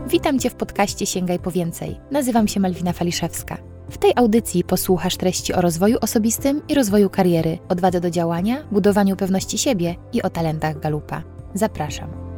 Witam Cię w podcaście Sięgaj po więcej. Nazywam się Malwina Faliszewska. W tej audycji posłuchasz treści o rozwoju osobistym i rozwoju kariery, odwadze do działania, budowaniu pewności siebie i o talentach Galupa. Zapraszam.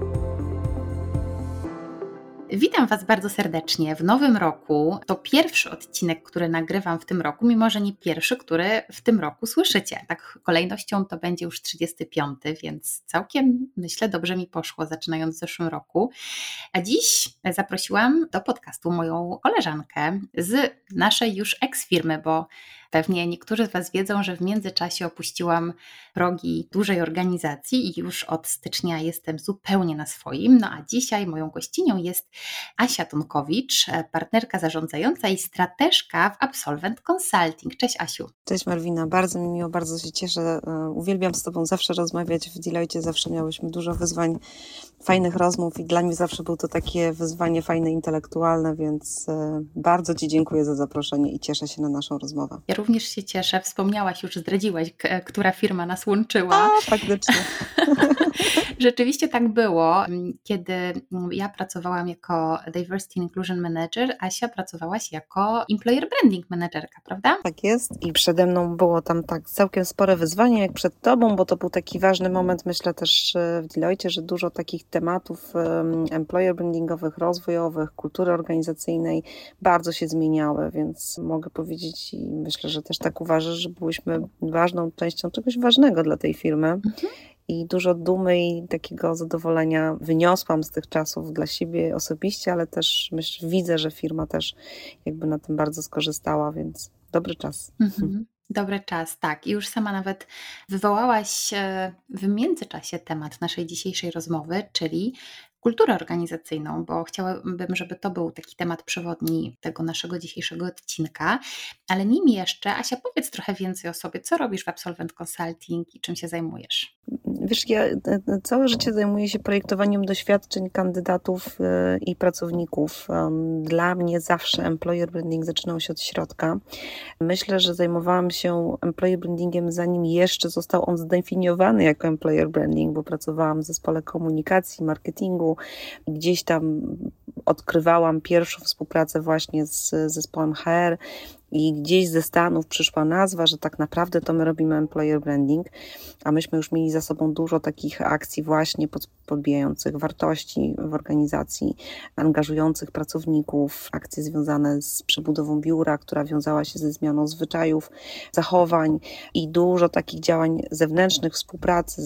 Witam Was bardzo serdecznie w nowym roku. To pierwszy odcinek, który nagrywam w tym roku, mimo że nie pierwszy, który w tym roku słyszycie. Tak kolejnością to będzie już 35, więc całkiem, myślę, dobrze mi poszło, zaczynając w zeszłym roku. A dziś zaprosiłam do podcastu moją koleżankę z naszej już ex-firmy, bo pewnie niektórzy z Was wiedzą, że w międzyczasie opuściłam progi dużej organizacji i już od stycznia jestem zupełnie na swoim. No a dzisiaj moją gościnią jest Asia Tonkowicz, partnerka zarządzająca i strateżka w Absolvent Consulting. Cześć Asiu. Cześć Malwina, bardzo mi miło, bardzo się cieszę. Uwielbiam z Tobą zawsze rozmawiać. W Deloitte zawsze miałyśmy dużo wyzwań, fajnych rozmów i dla mnie zawsze było to takie wyzwanie fajne, intelektualne, więc bardzo Ci dziękuję za zaproszenie i cieszę się na naszą rozmowę. Ja również się cieszę. Wspomniałaś już, zdradziłaś, która firma nas łączyła. A, faktycznie. Rzeczywiście tak było. Kiedy ja pracowałam jako Diversity Inclusion Manager, Asia pracowałaś jako Employer Branding Managerka, prawda? Tak jest i przede mną było tam tak całkiem spore wyzwanie jak przed Tobą, bo to był taki ważny moment, myślę też w Deloitte, że dużo takich tematów employer brandingowych, rozwojowych, kultury organizacyjnej bardzo się zmieniały, więc mogę powiedzieć i myślę, że też tak uważasz, że byłyśmy ważną częścią czegoś ważnego dla tej firmy. I dużo dumy i takiego zadowolenia wyniosłam z tych czasów dla siebie osobiście, ale też myślę, widzę, że firma też jakby na tym bardzo skorzystała, więc dobry czas. Dobry czas, tak. I już sama nawet wywołałaś w międzyczasie temat naszej dzisiejszej rozmowy, czyli kulturę organizacyjną, bo chciałabym, żeby to był taki temat przewodni tego naszego dzisiejszego odcinka. Ale nim jeszcze, Asia, powiedz trochę więcej o sobie. Co robisz w Absolvent Consulting i czym się zajmujesz? Wiesz, ja całe życie zajmuję się projektowaniem doświadczeń kandydatów i pracowników. Dla mnie zawsze employer branding zaczynał się od środka. Myślę, że zajmowałam się employer brandingiem zanim jeszcze został on zdefiniowany jako employer branding, bo pracowałam w zespole komunikacji, marketingu. Gdzieś tam odkrywałam pierwszą współpracę właśnie z zespołem HR. I gdzieś ze Stanów przyszła nazwa, że tak naprawdę to my robimy employer branding, a myśmy już mieli za sobą dużo takich akcji właśnie podbijających wartości w organizacji, angażujących pracowników, akcje związane z przebudową biura, która wiązała się ze zmianą zwyczajów, zachowań i dużo takich działań zewnętrznych, współpracy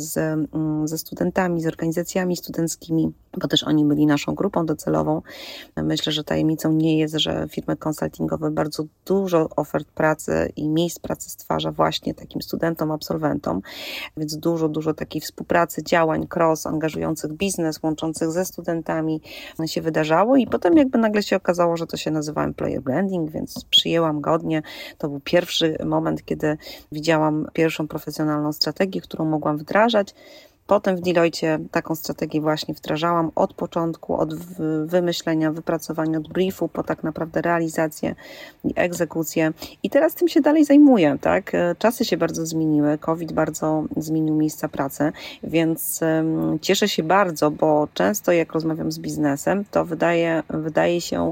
ze studentami, z organizacjami studenckimi, bo też oni byli naszą grupą docelową. Myślę, że tajemnicą nie jest, że firmy konsultingowe bardzo dużo ofert pracy i miejsc pracy stwarza właśnie takim studentom, absolwentom, więc dużo takiej współpracy, działań cross, angażujących biznes, łączących ze studentami się wydarzało i potem jakby nagle się okazało, że to się nazywa employer branding, więc przyjęłam godnie. To był pierwszy moment, kiedy widziałam pierwszą profesjonalną strategię, którą mogłam wdrażać. Potem w Deloitte taką strategię właśnie wdrażałam od początku, od wymyślenia, wypracowania, od briefu po tak naprawdę realizację i egzekucję. I teraz tym się dalej zajmuję, tak? Czasy się bardzo zmieniły, COVID bardzo zmienił miejsca pracy, więc cieszę się bardzo, bo często jak rozmawiam z biznesem, to wydaje się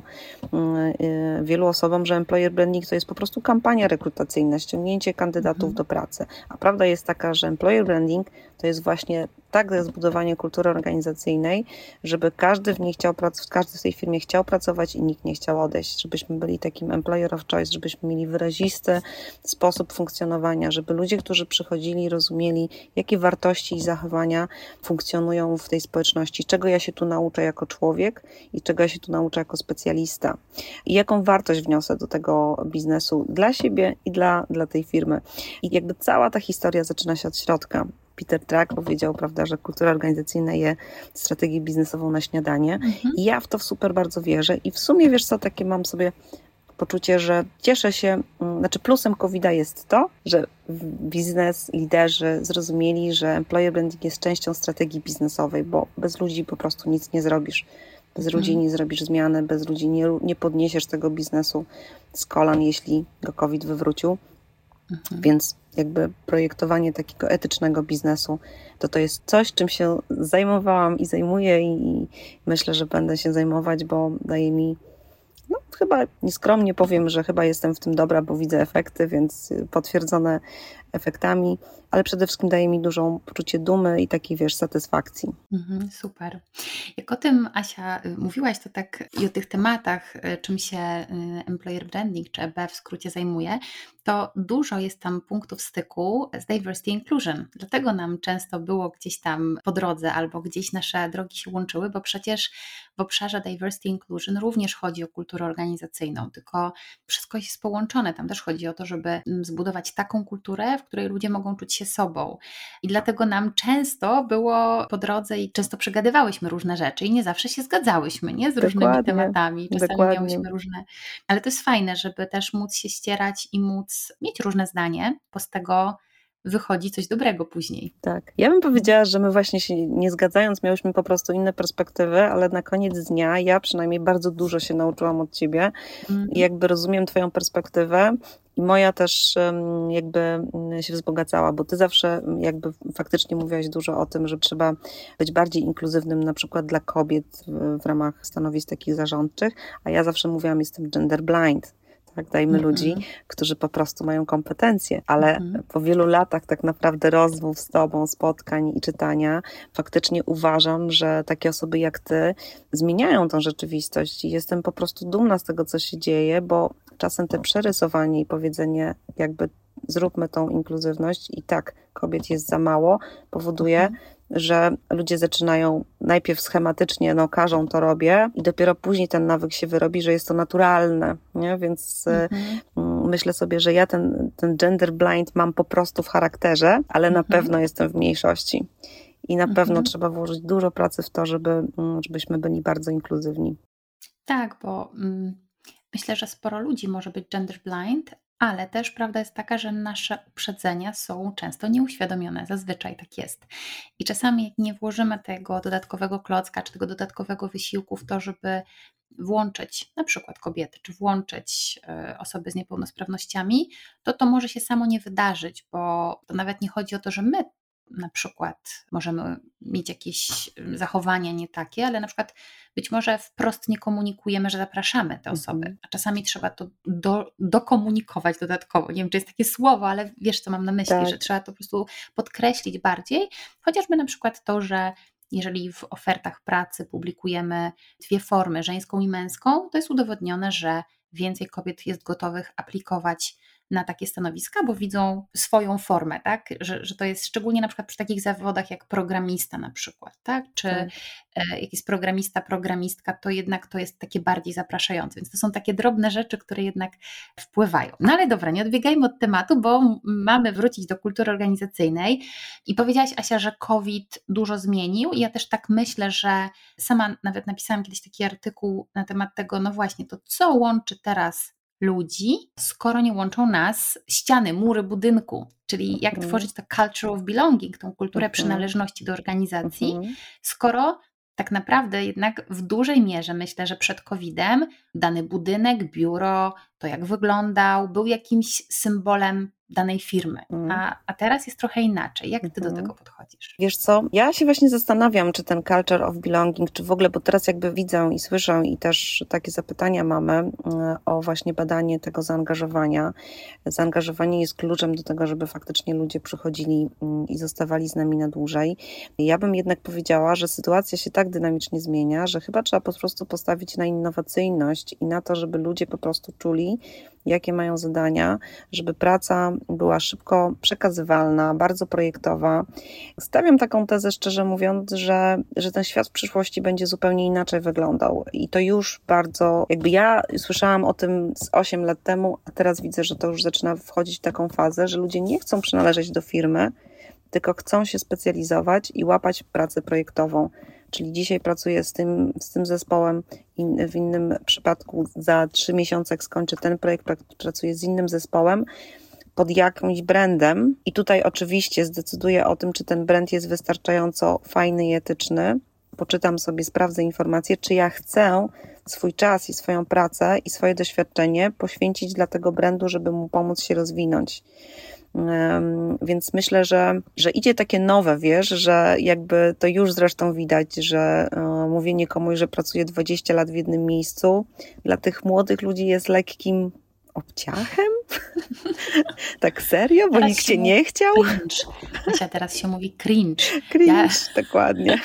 wielu osobom, że employer branding to jest po prostu kampania rekrutacyjna, ściągnięcie kandydatów do pracy. A prawda jest taka, że employer branding to jest właśnie tak zbudowanie kultury organizacyjnej, żeby każdy w tej firmie chciał pracować i nikt nie chciał odejść, żebyśmy byli takim employer of choice, żebyśmy mieli wyrazisty sposób funkcjonowania, żeby ludzie, którzy przychodzili, rozumieli, jakie wartości i zachowania funkcjonują w tej społeczności, czego ja się tu nauczę jako człowiek i czego ja się tu nauczę jako specjalista i jaką wartość wniosę do tego biznesu dla siebie i dla tej firmy. I jakby cała ta historia zaczyna się od środka. Peter Drucker powiedział, prawda, że kultura organizacyjna je strategię biznesową na śniadanie. I ja w to super bardzo wierzę. I w sumie, wiesz co, takie mam sobie poczucie, że cieszę się, plusem COVID-a jest to, że biznes, liderzy zrozumieli, że employer branding jest częścią strategii biznesowej, bo bez ludzi po prostu nic nie zrobisz. Bez ludzi nie zrobisz zmiany, bez ludzi nie podniesiesz tego biznesu z kolan, jeśli go COVID wywrócił. Więc jakby projektowanie takiego etycznego biznesu, to jest coś, czym się zajmowałam i zajmuję i myślę, że będę się zajmować, bo daje mi, no chyba nieskromnie powiem, że chyba jestem w tym dobra, bo widzę efekty, więc potwierdzone efektami, ale przede wszystkim daje mi dużą poczucie dumy i takiej, wiesz, satysfakcji. Super. Jak o tym, Asia, mówiłaś, to tak i o tych tematach, czym się Employer Branding, czy EB w skrócie zajmuje, to dużo jest tam punktów styku z Diversity Inclusion. Dlatego nam często było gdzieś tam po drodze albo gdzieś nasze drogi się łączyły, bo przecież w obszarze Diversity Inclusion również chodzi o kulturę organizacyjną, tylko wszystko jest połączone. Tam też chodzi o to, żeby zbudować taką kulturę, w której ludzie mogą czuć się sobą. I dlatego nam często było po drodze i często przegadywałyśmy różne rzeczy i nie zawsze się zgadzałyśmy, nie? Z różnymi tematami. Czasami miałyśmy różne... Ale to jest fajne, żeby też móc się ścierać i móc mieć różne zdanie, bo z tego wychodzi coś dobrego później. Tak. Ja bym powiedziała, że my właśnie się nie zgadzając miałyśmy po prostu inne perspektywy, ale na koniec dnia ja przynajmniej bardzo dużo się nauczyłam od ciebie i jakby rozumiem twoją perspektywę i moja też jakby się wzbogacała, bo ty zawsze jakby faktycznie mówiłaś dużo o tym, że trzeba być bardziej inkluzywnym na przykład dla kobiet w ramach stanowisk takich zarządczych, a ja zawsze mówiłam, jestem gender blind. Tak, dajmy ludzi, którzy po prostu mają kompetencje, ale po wielu latach tak naprawdę rozmów z tobą, spotkań i czytania, faktycznie uważam, że takie osoby jak ty zmieniają tą rzeczywistość i jestem po prostu dumna z tego, co się dzieje, bo czasem te przerysowanie i powiedzenie jakby zróbmy tą inkluzywność i tak, kobiet jest za mało, powoduje, że ludzie zaczynają najpierw schematycznie, no każą to robię i dopiero później ten nawyk się wyrobi, że jest to naturalne, nie? Więc myślę sobie, że ja ten gender blind mam po prostu w charakterze, ale na pewno jestem w mniejszości i na pewno trzeba włożyć dużo pracy w to, żebyśmy byli bardzo inkluzywni. Tak, bo myślę, że sporo ludzi może być gender blind, ale też prawda jest taka, że nasze uprzedzenia są często nieuświadomione, zazwyczaj tak jest. I czasami jak nie włożymy tego dodatkowego klocka, czy tego dodatkowego wysiłku w to, żeby włączyć na przykład kobiety, czy włączyć osoby z niepełnosprawnościami, to może się samo nie wydarzyć, bo to nawet nie chodzi o to, że my na przykład możemy mieć jakieś zachowania nie takie, ale na przykład być może wprost nie komunikujemy, że zapraszamy te osoby, a czasami trzeba to dokomunikować dodatkowo. Nie wiem, czy jest takie słowo, ale wiesz, co mam na myśli, że trzeba to po prostu podkreślić bardziej, chociażby na przykład to, że jeżeli w ofertach pracy publikujemy 2 formy, żeńską i męską, to jest udowodnione, że więcej kobiet jest gotowych aplikować na takie stanowiska, bo widzą swoją formę, tak? Że to jest szczególnie na przykład przy takich zawodach jak programista na przykład, tak? Czy jakiś programistka, to jednak to jest takie bardziej zapraszające, więc to są takie drobne rzeczy, które jednak wpływają. No ale dobra, nie odbiegajmy od tematu, bo mamy wrócić do kultury organizacyjnej i powiedziałaś, Asia, że COVID dużo zmienił i ja też tak myślę, że sama nawet napisałam kiedyś taki artykuł na temat tego, no właśnie, to co łączy teraz ludzi, skoro nie łączą nas ściany, mury budynku, czyli jak tworzyć to culture of belonging, tą kulturę przynależności do organizacji, skoro tak naprawdę jednak w dużej mierze myślę, że przed COVID-em dany budynek, biuro, to jak wyglądał, był jakimś symbolem danej firmy, a teraz jest trochę inaczej. Jak ty do tego podchodzisz? Wiesz co, ja się właśnie zastanawiam, czy ten culture of belonging, czy w ogóle, bo teraz jakby widzę i słyszę i też takie zapytania mamy o właśnie badanie tego zaangażowania. Zaangażowanie jest kluczem do tego, żeby faktycznie ludzie przychodzili i zostawali z nami na dłużej. Ja bym jednak powiedziała, że sytuacja się tak dynamicznie zmienia, że chyba trzeba po prostu postawić na innowacyjność i na to, żeby ludzie po prostu czuli, jakie mają zadania, żeby praca była szybko przekazywalna, bardzo projektowa. Stawiam taką tezę, szczerze mówiąc, że ten świat w przyszłości będzie zupełnie inaczej wyglądał i to już bardzo, jakby ja słyszałam o tym z 8 lat temu, a teraz widzę, że to już zaczyna wchodzić w taką fazę, że ludzie nie chcą przynależeć do firmy, tylko chcą się specjalizować i łapać pracę projektową. Czyli dzisiaj pracuję z tym zespołem, w innym przypadku za 3 miesiące, jak skończę ten projekt, pracuję z innym zespołem pod jakimś brandem i tutaj oczywiście zdecyduję o tym, czy ten brand jest wystarczająco fajny i etyczny, poczytam sobie, sprawdzę informacje, czy ja chcę swój czas i swoją pracę i swoje doświadczenie poświęcić dla tego brandu, żeby mu pomóc się rozwinąć. Więc myślę, że idzie takie nowe, wiesz, że jakby to już zresztą widać, że mówienie komuś, że pracuje 20 lat w jednym miejscu, dla tych młodych ludzi jest lekkim obciachem? Tak serio? Bo Teraz nikt się cię mówi nie chciał? cringe. Kasia, teraz się mówi cringe. Cringe, dokładnie.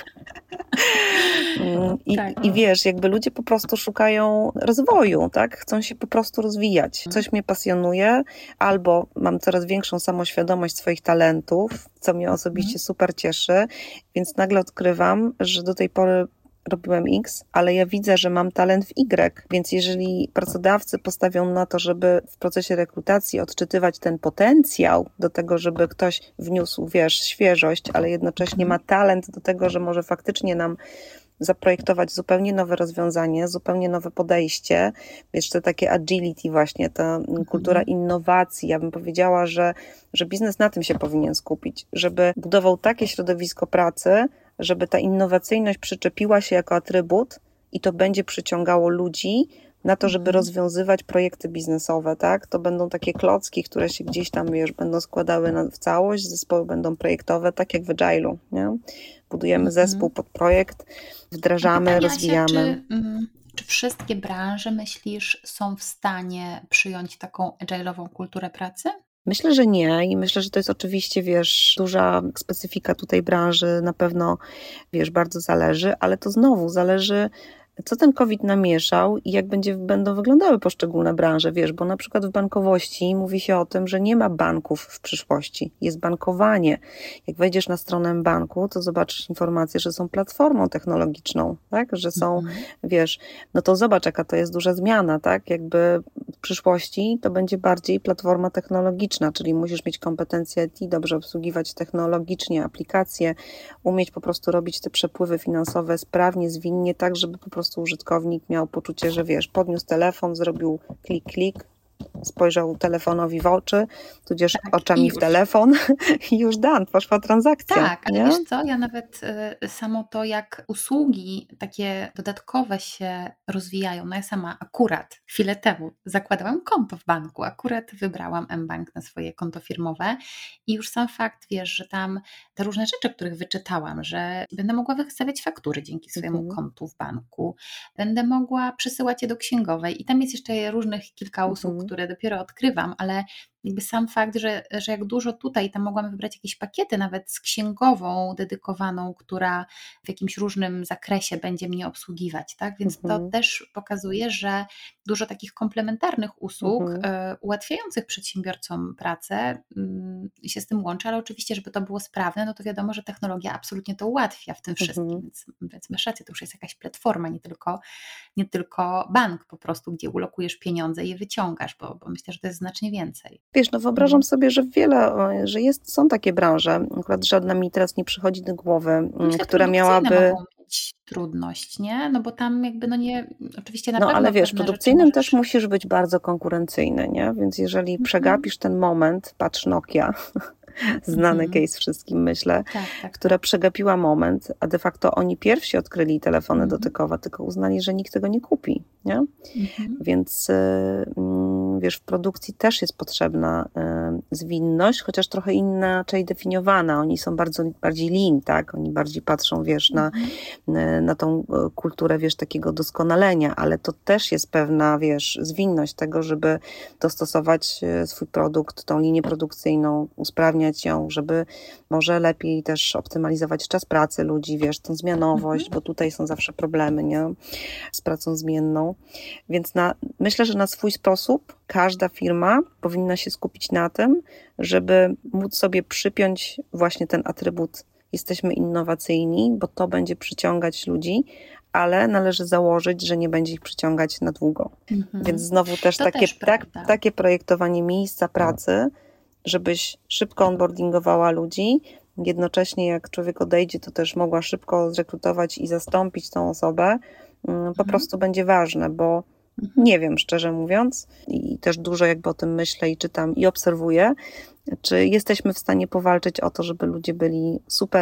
Tak. I wiesz, jakby ludzie po prostu szukają rozwoju, tak? Chcą się po prostu rozwijać. Coś mnie pasjonuje, albo mam coraz większą samoświadomość swoich talentów, co mnie osobiście super cieszy, więc nagle odkrywam, że do tej pory robiłem X, ale ja widzę, że mam talent w Y, więc jeżeli pracodawcy postawią na to, żeby w procesie rekrutacji odczytywać ten potencjał do tego, żeby ktoś wniósł, wiesz, świeżość, ale jednocześnie ma talent do tego, że może faktycznie nam zaprojektować zupełnie nowe rozwiązanie, zupełnie nowe podejście, jeszcze takie agility właśnie, ta kultura innowacji. Ja bym powiedziała, że biznes na tym się powinien skupić, żeby budował takie środowisko pracy, żeby ta innowacyjność przyczepiła się jako atrybut i to będzie przyciągało ludzi na to, żeby rozwiązywać projekty biznesowe, tak? To będą takie klocki, które się gdzieś tam, wiesz, będą składały w całość, zespoły będą projektowe, tak jak w Agile'u, nie? Budujemy zespół pod projekt, wdrażamy, rozwijamy. Czy wszystkie branże, myślisz, są w stanie przyjąć taką agile'ową kulturę pracy? Myślę, że nie i myślę, że to jest oczywiście, wiesz, duża specyfika tutaj branży, na pewno, wiesz, bardzo zależy, ale to znowu zależy, co ten COVID namieszał i jak będą wyglądały poszczególne branże, wiesz, bo na przykład w bankowości mówi się o tym, że nie ma banków w przyszłości, jest bankowanie. Jak wejdziesz na stronę banku, to zobaczysz informację, że są platformą technologiczną, tak, że są, wiesz, no to zobacz, jaka to jest duża zmiana, tak, jakby w przyszłości to będzie bardziej platforma technologiczna, czyli musisz mieć kompetencje IT, dobrze obsługiwać technologicznie aplikacje, umieć po prostu robić te przepływy finansowe sprawnie, zwinnie, tak, żeby po prostu użytkownik miał poczucie, że wiesz, podniósł telefon, zrobił klik, spojrzał telefonowi w oczy, tudzież oczami w telefon i już poszła transakcja. Tak, ale wiesz co, ja nawet samo to, jak usługi takie dodatkowe się rozwijają, no ja sama akurat chwilę temu zakładałam konto w banku, akurat wybrałam mBank na swoje konto firmowe i już sam fakt, wiesz, że tam te różne rzeczy, których wyczytałam, że będę mogła wystawiać faktury dzięki swojemu kontu w banku, będę mogła przesyłać je do księgowej i tam jest jeszcze różnych kilka usług, które dopiero odkrywam, ale jakby sam fakt, że jak dużo tutaj, tam mogłam wybrać jakieś pakiety nawet z księgową dedykowaną, która w jakimś różnym zakresie będzie mnie obsługiwać, tak? Więc to też pokazuje, że dużo takich komplementarnych usług ułatwiających przedsiębiorcom pracę się z tym łączy, ale oczywiście, żeby to było sprawne, no to wiadomo, że technologia absolutnie to ułatwia w tym wszystkim, więc masz rację, to już jest jakaś platforma, nie tylko bank po prostu, gdzie ulokujesz pieniądze i je wyciągasz, bo myślę, że to jest znacznie więcej. Wiesz, no wyobrażam sobie, że są takie branże, akurat żadna mi teraz nie przychodzi do głowy, Myślę, która miałaby... mogą mieć trudność, nie? No bo tam jakby, no nie, oczywiście na No pewno ale wiesz, pewne produkcyjnym rzeczy też musisz być bardzo konkurencyjny, nie? Więc jeżeli przegapisz ten moment, patrz Nokia, znany case wszystkim, myślę, która przegapiła moment, a de facto oni pierwsi odkryli telefony dotykowe, tylko uznali, że nikt tego nie kupi, nie? Więc wiesz, w produkcji też jest potrzebna zwinność, chociaż trochę inaczej definiowana. Oni są bardziej lean, tak? Oni bardziej patrzą, wiesz, na tą kulturę, wiesz, takiego doskonalenia, ale to też jest pewna, wiesz, zwinność tego, żeby dostosować swój produkt, tą linię produkcyjną, usprawniać ją, żeby może lepiej też optymalizować czas pracy ludzi, wiesz, tą zmianowość, bo tutaj są zawsze problemy, nie? Z pracą zmienną. Więc myślę, że na swój sposób każda firma powinna się skupić na tym, żeby móc sobie przypiąć właśnie ten atrybut jesteśmy innowacyjni, bo to będzie przyciągać ludzi, ale należy założyć, że nie będzie ich przyciągać na długo. Więc znowu też takie projektowanie miejsca pracy, żebyś szybko onboardingowała ludzi, jednocześnie jak człowiek odejdzie, to też mogła szybko zrekrutować i zastąpić tą osobę, po prostu będzie ważne, bo nie wiem, szczerze mówiąc, i też dużo jakby o tym myślę i czytam i obserwuję, czy jesteśmy w stanie powalczyć o to, żeby ludzie byli super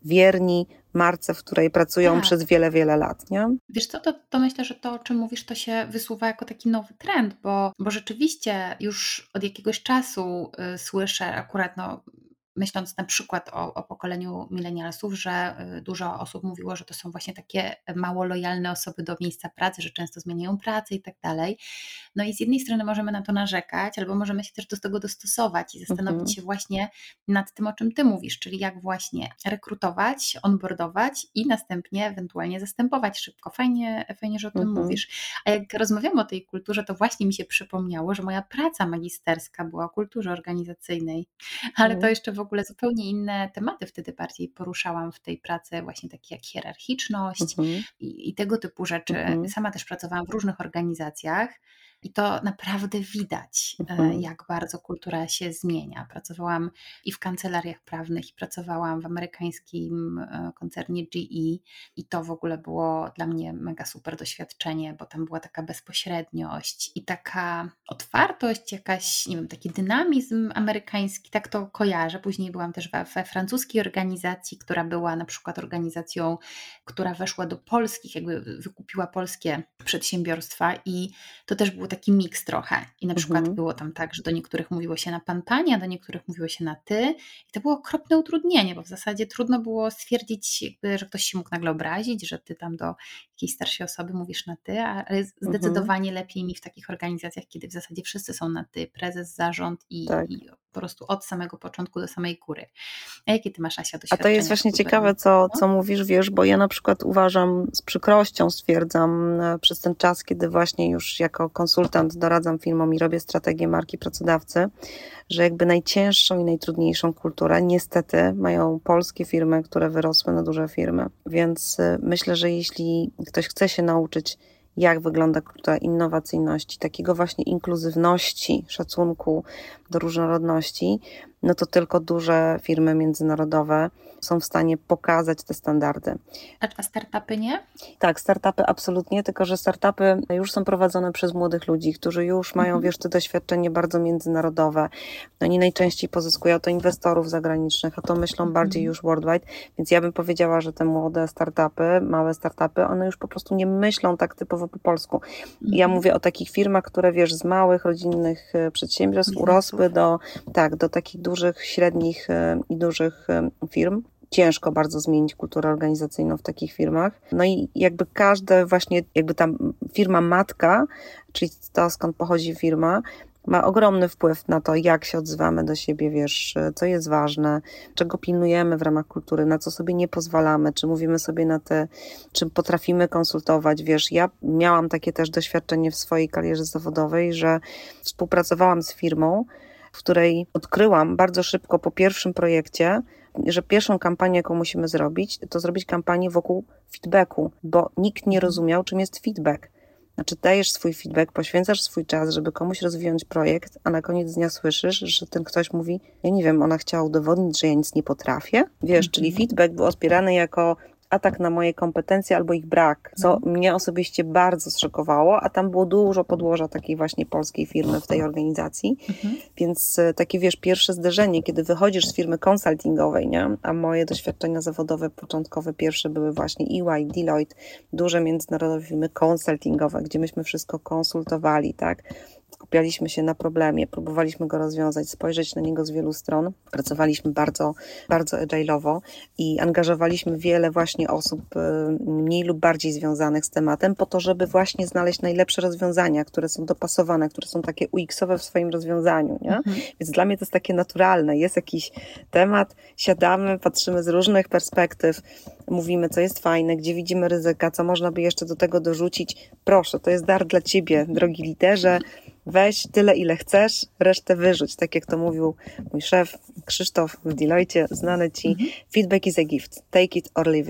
wierni marce, w której pracują Tak. przez wiele, wiele lat, nie? Wiesz co, to myślę, że to, o czym mówisz, to się wysuwa jako taki nowy trend, bo rzeczywiście już od jakiegoś czasu słyszę akurat, myśląc na przykład o pokoleniu milenialsów, że dużo osób mówiło, że to są właśnie takie mało lojalne osoby do miejsca pracy, że często zmieniają pracę i tak dalej. No i z jednej strony możemy na to narzekać, albo możemy się też do tego dostosować i zastanowić się właśnie nad tym, o czym Ty mówisz, czyli jak właśnie rekrutować, onboardować i następnie ewentualnie zastępować szybko. Fajnie, że o tym mówisz. A jak rozmawiamy o tej kulturze, to właśnie mi się przypomniało, że moja praca magisterska była o kulturze organizacyjnej, ale to jeszcze w ogóle zupełnie inne tematy wtedy bardziej poruszałam w tej pracy, właśnie takie jak hierarchiczność i tego typu rzeczy. Sama też pracowałam w różnych organizacjach i to naprawdę widać, jak bardzo kultura się zmienia. Pracowałam i w kancelariach prawnych, i pracowałam w amerykańskim koncernie GE i to w ogóle było dla mnie mega super doświadczenie, bo tam była taka bezpośredniość i taka otwartość, jakaś, nie wiem, taki dynamizm amerykański, tak to kojarzę. Później byłam też we francuskiej organizacji, która była na przykład organizacją, która weszła do polskich, jakby wykupiła polskie przedsiębiorstwa i to też był taki miks trochę. I na przykład było tam tak, że do niektórych mówiło się na pan, pani, a do niektórych mówiło się na ty. I to było okropne utrudnienie, bo w zasadzie trudno było stwierdzić, jakby, że ktoś się mógł nagle obrazić, że ty tam do jakiejś starszej osoby mówisz na ty, ale zdecydowanie lepiej mi w takich organizacjach, kiedy w zasadzie wszyscy są na ty, prezes, zarząd i po prostu od samego początku do samej góry. A jakie ty masz, Asia, doświadczenia? A to jest właśnie ciekawe, co mówisz, wiesz, bo ja na przykład uważam, z przykrością stwierdzam przez ten czas, kiedy właśnie już jako konsultant doradzam firmom i robię strategię marki pracodawcy, że jakby najcięższą i najtrudniejszą kulturę niestety mają polskie firmy, które wyrosły na duże firmy. Więc myślę, że jeśli ktoś chce się nauczyć, jak wygląda kultura innowacyjności, takiego właśnie inkluzywności, szacunku do różnorodności, no to tylko duże firmy międzynarodowe są w stanie pokazać te standardy. A startupy nie? Tak, startupy absolutnie, tylko że startupy już są prowadzone przez młodych ludzi, którzy już mają, wiesz, to doświadczenie bardzo międzynarodowe. Oni najczęściej pozyskują to inwestorów zagranicznych, a to myślą bardziej już worldwide, więc ja bym powiedziała, że te młode startupy, małe startupy, one już po prostu nie myślą tak typowo po polsku. Ja mówię o takich firmach, które, wiesz, z małych, rodzinnych przedsiębiorstw urosły do takich dużych, średnich i dużych firm. Ciężko bardzo zmienić kulturę organizacyjną w takich firmach. No i jakby każde właśnie, jakby ta firma matka, czyli to, skąd pochodzi firma, ma ogromny wpływ na to, jak się odzywamy do siebie, wiesz, co jest ważne, czego pilnujemy w ramach kultury, na co sobie nie pozwalamy, czy mówimy sobie na te, czy potrafimy konsultować, wiesz, ja miałam takie też doświadczenie w swojej karierze zawodowej, że współpracowałam z firmą, w której odkryłam bardzo szybko po pierwszym projekcie, że pierwszą kampanię, jaką musimy zrobić, to zrobić kampanię wokół feedbacku, bo nikt nie rozumiał, czym jest feedback. Znaczy dajesz swój feedback, poświęcasz swój czas, żeby komuś rozwinąć projekt, a na koniec dnia słyszysz, że ten ktoś mówi, ja nie wiem, ona chciała udowodnić, że ja nic nie potrafię. Wiesz, czyli feedback był odbierany jako atak na moje kompetencje albo ich brak, co mnie osobiście bardzo zszokowało, a tam było dużo podłoża takiej właśnie polskiej firmy w tej organizacji, więc takie, wiesz, pierwsze zderzenie, kiedy wychodzisz z firmy konsultingowej, nie? A moje doświadczenia zawodowe początkowe pierwsze były właśnie EY, Deloitte, duże międzynarodowe firmy konsultingowe, gdzie myśmy wszystko konsultowali, tak? Skupialiśmy się na problemie, próbowaliśmy go rozwiązać, spojrzeć na niego z wielu stron. Pracowaliśmy bardzo, bardzo agile'owo i angażowaliśmy wiele właśnie osób mniej lub bardziej związanych z tematem po to, żeby właśnie znaleźć najlepsze rozwiązania, które są dopasowane, które są takie UX-owe w swoim rozwiązaniu, nie? Więc dla mnie to jest takie naturalne. Jest jakiś temat, siadamy, patrzymy z różnych perspektyw, mówimy, co jest fajne, gdzie widzimy ryzyka, co można by jeszcze do tego dorzucić. Proszę, to jest dar dla ciebie, drogi liderze. Weź tyle, ile chcesz, resztę wyrzuć. Tak jak to mówił mój szef Krzysztof w Deloitte, znany ci. Feedback is a gift. Take it or leave it.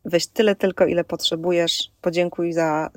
weź tyle tylko, ile potrzebujesz, podziękuj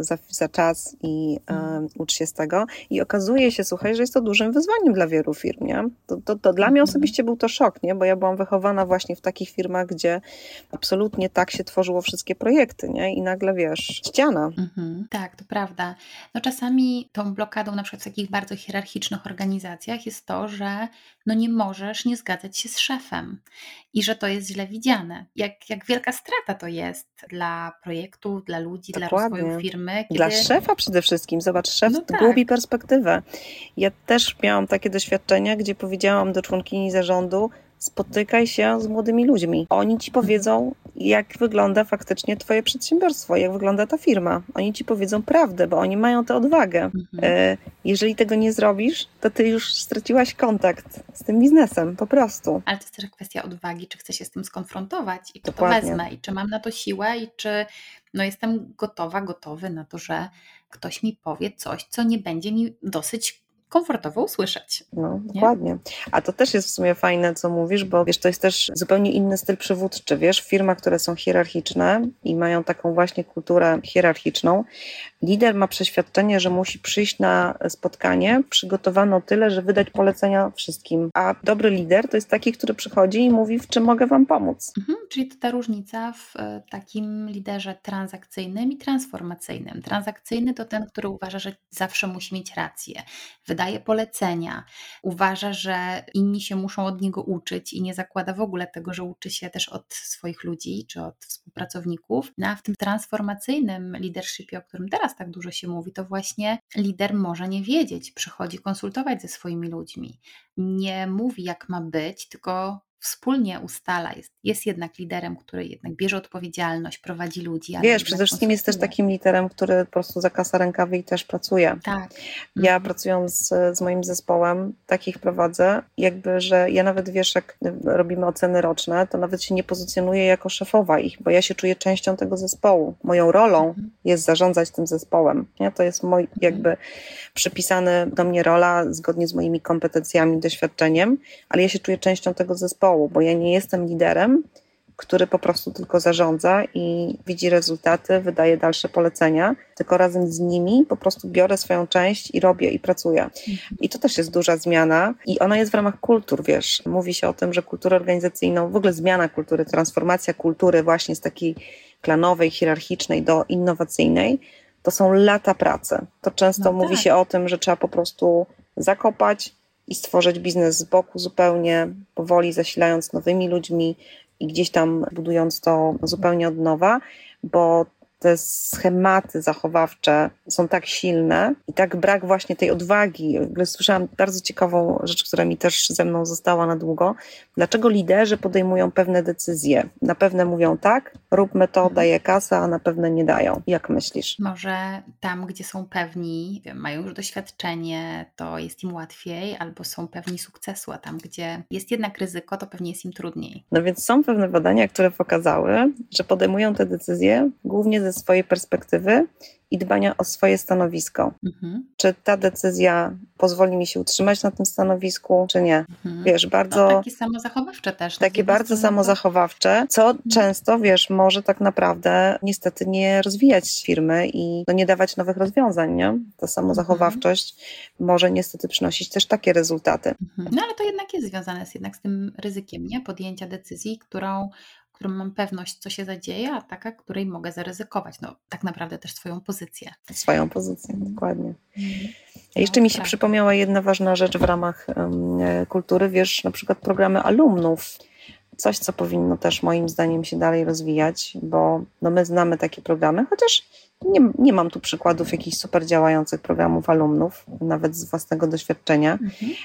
za czas i ucz się z tego. I okazuje się, słuchaj, że jest to dużym wyzwaniem dla wielu firm, nie? To dla mnie osobiście był to szok, nie? Bo ja byłam wychowana właśnie w takich firmach, gdzie absolutnie tak się tworzyło wszystkie projekty, nie? I nagle, wiesz, ściana. Tak, to prawda. No czasami tą blokadą na przykład w takich bardzo hierarchicznych organizacjach jest to, że no nie możesz nie zgadzać się z szefem i że to jest źle widziane. Jak wielka strata to jest dla projektu, dla ludzi, dla rozwoju Dokładnie. firmy. Dla szefa przede wszystkim. Zobacz, szef No tak. gubi perspektywę. Ja też miałam takie doświadczenia, gdzie powiedziałam do członkini zarządu, spotykaj się z młodymi ludźmi. Oni ci powiedzą, jak wygląda faktycznie twoje przedsiębiorstwo, jak wygląda ta firma. Oni ci powiedzą prawdę, bo oni mają tę odwagę. Jeżeli tego nie zrobisz, to ty już straciłaś kontakt z tym biznesem, po prostu. Ale to jest też kwestia odwagi, czy chcę się z tym skonfrontować i po to Dokładnie. wezmę i czy mam na to siłę i czy no jestem gotowy na to, że ktoś mi powie coś, co nie będzie mi dosyć komfortowo usłyszeć. No, Nie? dokładnie. A to też jest w sumie fajne, co mówisz, bo wiesz, to jest też zupełnie inny styl przywódczy, wiesz, w firmach, które są hierarchiczne i mają taką właśnie kulturę hierarchiczną, lider ma przeświadczenie, że musi przyjść na spotkanie przygotowano tyle, że wydać polecenia wszystkim, a dobry lider to jest taki, który przychodzi i mówi, w czym mogę wam pomóc. Czyli to ta różnica w takim liderze transakcyjnym i transformacyjnym. Transakcyjny to ten, który uważa, że zawsze musi mieć rację, wydaje polecenia, uważa, że inni się muszą od niego uczyć i nie zakłada w ogóle tego, że uczy się też od swoich ludzi czy od współpracowników. No a w tym transformacyjnym leadershipie, o którym teraz tak dużo się mówi, to właśnie lider może nie wiedzieć, przychodzi konsultować ze swoimi ludźmi, nie mówi jak ma być, tylko wspólnie ustala, jest jednak liderem, który jednak bierze odpowiedzialność, prowadzi ludzi. Ale wiesz, przede wszystkim jest też takim liderem, który po prostu zakasa rękawy i też pracuje. Tak. Ja pracując z moim zespołem, takich prowadzę, jakby, że ja nawet, wiesz, jak robimy oceny roczne, to nawet się nie pozycjonuję jako szefowa ich, bo ja się czuję częścią tego zespołu. Moją rolą jest zarządzać tym zespołem. Nie? To jest mój jakby przypisany do mnie rola zgodnie z moimi kompetencjami, doświadczeniem, ale ja się czuję częścią tego zespołu, bo ja nie jestem liderem, który po prostu tylko zarządza i widzi rezultaty, wydaje dalsze polecenia, tylko razem z nimi po prostu biorę swoją część i robię i pracuję. I to też jest duża zmiana i ona jest w ramach kultur, wiesz. Mówi się o tym, że kulturę organizacyjną, w ogóle zmiana kultury, transformacja kultury właśnie z takiej klanowej, hierarchicznej do innowacyjnej, to są lata pracy. To często mówi się o tym, że trzeba po prostu zakopać i stworzyć biznes z boku zupełnie, powoli zasilając nowymi ludźmi i gdzieś tam budując to zupełnie od nowa, bo te schematy zachowawcze są tak silne i tak brak właśnie tej odwagi. W ogóle słyszałam bardzo ciekawą rzecz, która mi też ze mną została na długo. Dlaczego liderzy podejmują pewne decyzje? Na pewne mówią tak, róbmy to, daje kasę, a na pewne nie dają. Jak myślisz? Może tam, gdzie są pewni, mają już doświadczenie, to jest im łatwiej, albo są pewni sukcesu, a tam, gdzie jest jednak ryzyko, to pewnie jest im trudniej. No więc są pewne badania, które pokazały, że podejmują te decyzje głównie ze swojej perspektywy i dbania o swoje stanowisko. Czy ta decyzja pozwoli mi się utrzymać na tym stanowisku, czy nie? Wiesz, bardzo... No, takie samozachowawcze też. Takie bardzo samozachowawcze, co często, wiesz, może tak naprawdę niestety nie rozwijać firmy i nie dawać nowych rozwiązań, nie? Ta samozachowawczość może niestety przynosić też takie rezultaty. No ale to jednak jest związane z tym ryzykiem, nie? Podjęcia decyzji, którą mam pewność, co się zadzieje, a taka, której mogę zaryzykować. No tak naprawdę też swoją pozycję. Swoją pozycję, dokładnie. Jeszcze mi się przypomniała jedna ważna rzecz w ramach kultury, wiesz, na przykład programy alumnów. Coś, co powinno też moim zdaniem się dalej rozwijać, bo my znamy takie programy, chociaż nie mam tu przykładów jakichś super działających programów alumnów, nawet z własnego doświadczenia,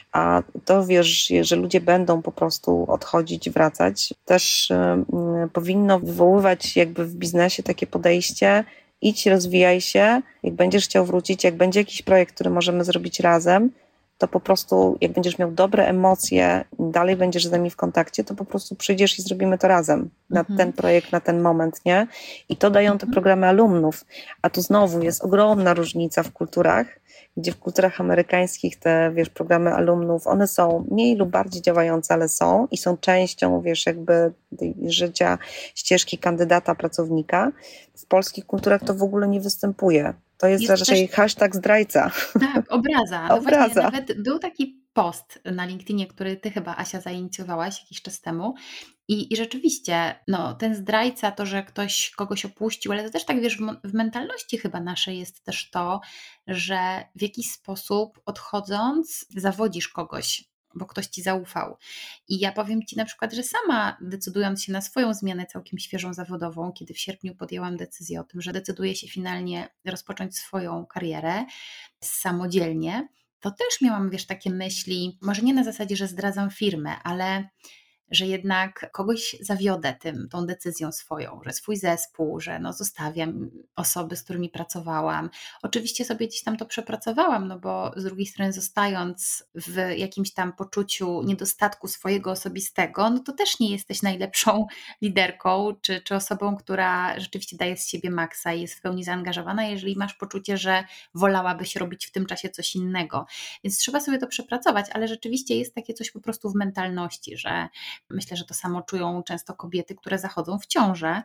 a to wiesz, że ludzie będą po prostu odchodzić, wracać, też powinno wywoływać jakby w biznesie takie podejście, idź, rozwijaj się, jak będziesz chciał wrócić, jak będzie jakiś projekt, który możemy zrobić razem, to po prostu jak będziesz miał dobre emocje, dalej będziesz z nami w kontakcie, to po prostu przyjdziesz i zrobimy to razem, na ten projekt, na ten moment, nie? I to dają te programy alumnów, a tu znowu jest ogromna różnica w kulturach, gdzie w kulturach amerykańskich te, wiesz, programy alumnów, one są mniej lub bardziej działające, ale są i są częścią, wiesz, jakby życia, ścieżki kandydata, pracownika. W polskich kulturach to w ogóle nie występuje. To jest raczej hashtag zdrajca. Tak, obraza. No Obraza. właśnie, nawet był taki post na LinkedInie, który ty chyba, Asia, zainicjowałaś jakiś czas temu. I rzeczywiście, no, ten zdrajca, to, że ktoś kogoś opuścił, ale to też tak, wiesz, w mentalności chyba naszej jest też to, że w jakiś sposób odchodząc zawodzisz kogoś, bo ktoś ci zaufał. I ja powiem ci na przykład, że sama decydując się na swoją zmianę całkiem świeżą zawodową, kiedy w sierpniu podjęłam decyzję o tym, że decyduję się finalnie rozpocząć swoją karierę samodzielnie, to też miałam, wiesz, takie myśli, może nie na zasadzie, że zdradzam firmę, ale że jednak kogoś zawiodę tą decyzją swoją, że swój zespół, że no zostawiam osoby, z którymi pracowałam. Oczywiście sobie gdzieś tam to przepracowałam, no bo z drugiej strony zostając w jakimś tam poczuciu niedostatku swojego osobistego, no to też nie jesteś najlepszą liderką, czy osobą, która rzeczywiście daje z siebie maksa i jest w pełni zaangażowana, jeżeli masz poczucie, że wolałabyś robić w tym czasie coś innego. Więc trzeba sobie to przepracować, ale rzeczywiście jest takie coś po prostu w mentalności, że myślę, że to samo czują często kobiety, które zachodzą w ciążę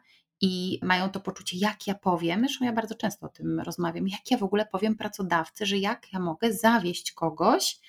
i mają to poczucie, jak ja powiem, zresztą ja bardzo często o tym rozmawiam, jak ja w ogóle powiem pracodawcy, że jak ja mogę zawieść kogoś,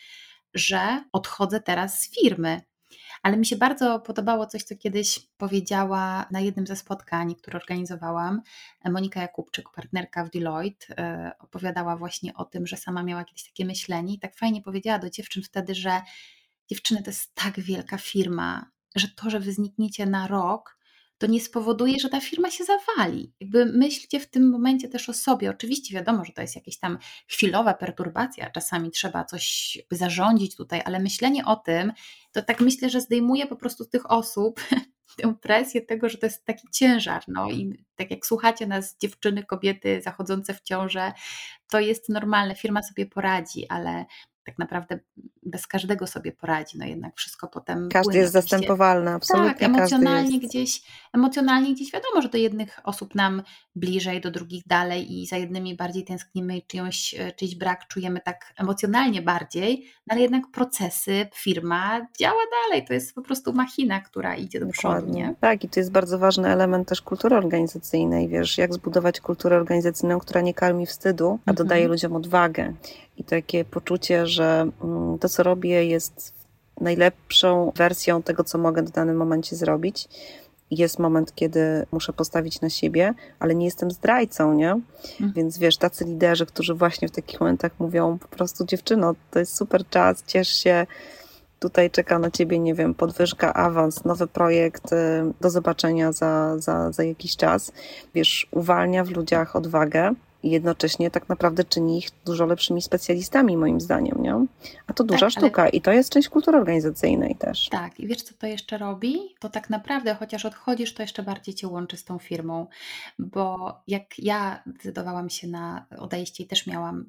że odchodzę teraz z firmy. Ale mi się bardzo podobało coś, co kiedyś powiedziała na jednym ze spotkań, które organizowałam. Monika Jakubczyk, partnerka w Deloitte, opowiadała właśnie o tym, że sama miała kiedyś takie myślenie i tak fajnie powiedziała do dziewczyn wtedy, że dziewczyny, to jest tak wielka firma, że to, że wy znikniecie na rok, to nie spowoduje, że ta firma się zawali. Jakby myślcie w tym momencie też o sobie. Oczywiście wiadomo, że to jest jakaś tam chwilowa perturbacja, czasami trzeba coś zarządzić tutaj, ale myślenie o tym, to tak myślę, że zdejmuje po prostu z tych osób tę presję tego, że to jest taki ciężar. No i tak jak słuchacie nas, dziewczyny, kobiety zachodzące w ciążę, to jest normalne, firma sobie poradzi, ale tak naprawdę bez każdego sobie poradzi, no jednak wszystko potem Każdy płynie. jest zastępowalny, absolutnie tak, emocjonalnie każdy jest. emocjonalnie gdzieś wiadomo, że do jednych osób nam bliżej, do drugich dalej i za jednymi bardziej tęsknimy i czyjś brak czujemy tak emocjonalnie bardziej, no ale jednak procesy, firma działa dalej, to jest po prostu machina, która idzie do przodu, nie? Tak, i to jest bardzo ważny element też kultury organizacyjnej, wiesz, jak zbudować kulturę organizacyjną, która nie karmi wstydu, a dodaje ludziom odwagę i takie poczucie, że to, co robię, jest najlepszą wersją tego, co mogę w danym momencie zrobić. Jest moment, kiedy muszę postawić na siebie, ale nie jestem zdrajcą, nie? Więc wiesz, tacy liderzy, którzy właśnie w takich momentach mówią po prostu, dziewczyno, to jest super czas, ciesz się, tutaj czeka na ciebie, nie wiem, podwyżka, awans, nowy projekt, do zobaczenia za jakiś czas. Wiesz, uwalnia w ludziach odwagę i jednocześnie tak naprawdę czyni ich dużo lepszymi specjalistami, moim zdaniem, nie? A to duża sztuka i to jest część kultury organizacyjnej też. Tak, i wiesz, co to jeszcze robi? To tak naprawdę, chociaż odchodzisz, to jeszcze bardziej cię łączy z tą firmą, bo jak ja decydowałam się na odejście i też miałam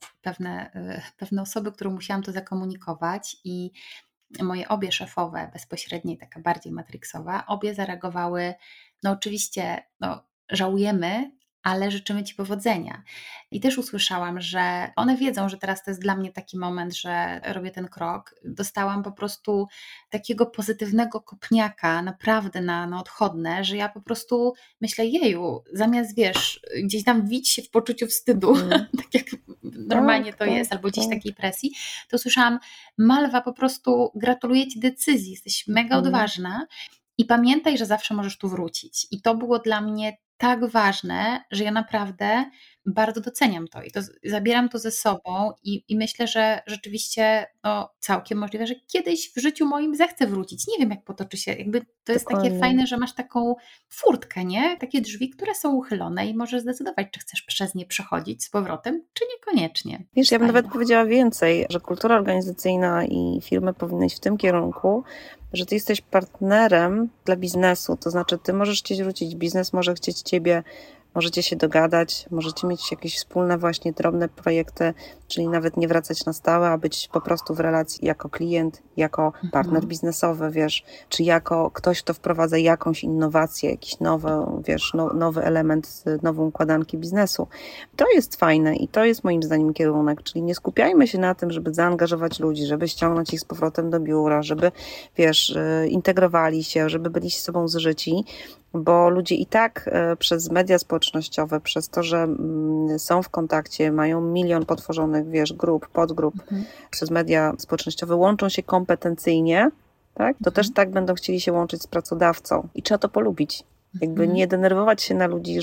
pewne osoby, którym musiałam to zakomunikować i moje obie szefowe, bezpośrednie i taka bardziej matrixowa, obie zareagowały, no oczywiście, żałujemy, ale życzymy Ci powodzenia. I też usłyszałam, że one wiedzą, że teraz to jest dla mnie taki moment, że robię ten krok. Dostałam po prostu takiego pozytywnego kopniaka naprawdę na odchodne, że ja po prostu myślę, jeju, zamiast wiesz, gdzieś tam wić się w poczuciu wstydu, tak jak normalnie to jest, albo gdzieś takiej presji, to słyszałam, Malwa, po prostu gratuluję Ci decyzji, jesteś mega odważna i pamiętaj, że zawsze możesz tu wrócić. I to było dla mnie tak ważne, że ja naprawdę bardzo doceniam to i to zabieram to ze sobą i myślę, że rzeczywiście całkiem możliwe, że kiedyś w życiu moim zechcę wrócić. Nie wiem, jak potoczy się, jakby to jest takie fajne, że masz taką furtkę, nie? Takie drzwi, które są uchylone i możesz zdecydować, czy chcesz przez nie przechodzić z powrotem, czy niekoniecznie. Wiesz, ja bym nawet powiedziała więcej, że kultura organizacyjna i firmy powinny iść w tym kierunku, że ty jesteś partnerem dla biznesu, to znaczy ty możesz chcieć wrócić, biznes może chcieć ciebie możecie się dogadać, możecie mieć jakieś wspólne właśnie drobne projekty, czyli nawet nie wracać na stałe, a być po prostu w relacji jako klient, jako partner biznesowy, wiesz, czy jako ktoś, kto wprowadza jakąś innowację, jakiś nowy, wiesz, nowy element, nową układanki biznesu. To jest fajne i to jest moim zdaniem kierunek, czyli nie skupiajmy się na tym, żeby zaangażować ludzi, żeby ściągnąć ich z powrotem do biura, żeby, wiesz, integrowali się, żeby byli z sobą zżyci, bo ludzie i tak przez media społecznościowe, przez to, że są w kontakcie, mają milion potworzonych, wiesz, grup, podgrup, przez media społecznościowe łączą się kompetencyjnie, tak? To też tak będą chcieli się łączyć z pracodawcą i trzeba to polubić. Jakby nie denerwować się na ludzi,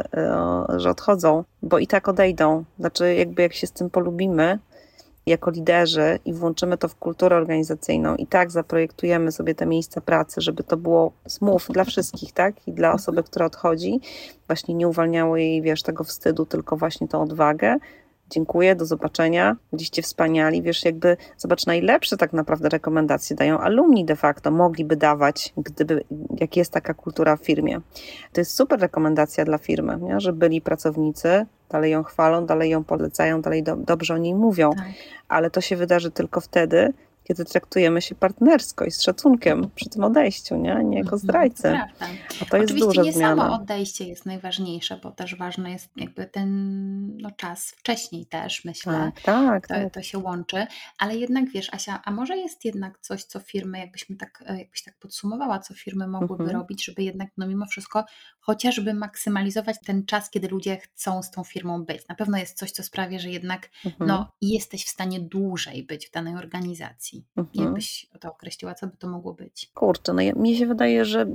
że odchodzą, bo i tak odejdą. Znaczy jakby jak się z tym polubimy jako liderzy i włączymy to w kulturę organizacyjną i tak zaprojektujemy sobie te miejsca pracy, żeby to było smooth dla wszystkich, tak? I dla osoby, która odchodzi, właśnie nie uwalniało jej, wiesz, tego wstydu, tylko właśnie tą odwagę. Dziękuję, do zobaczenia, byliście wspaniali, wiesz, jakby zobacz, najlepsze tak naprawdę rekomendacje dają alumni de facto, mogliby dawać, jak jest taka kultura w firmie. To jest super rekomendacja dla firmy, nie? Że byli pracownicy, dalej ją chwalą, dalej ją polecają, dalej dobrze o niej mówią, tak. Ale to się wydarzy tylko wtedy, kiedy traktujemy się partnersko i z szacunkiem przy tym odejściu, nie jako zdrajcy. Prawda. A to jest oczywiście duża nie zmiana. Samo odejście jest najważniejsze, bo też ważny jest jakby ten czas wcześniej też, myślę. Tak. To się łączy, ale jednak wiesz, Asia, a może jest jednak coś, co firmy, jakbyś tak podsumowała, co firmy mogłyby robić, żeby jednak mimo wszystko chociażby maksymalizować ten czas, kiedy ludzie chcą z tą firmą być. Na pewno jest coś, co sprawia, że jednak jesteś w stanie dłużej być w danej organizacji. Jakbyś to określiła, co by to mogło być? Kurczę, mi się wydaje, że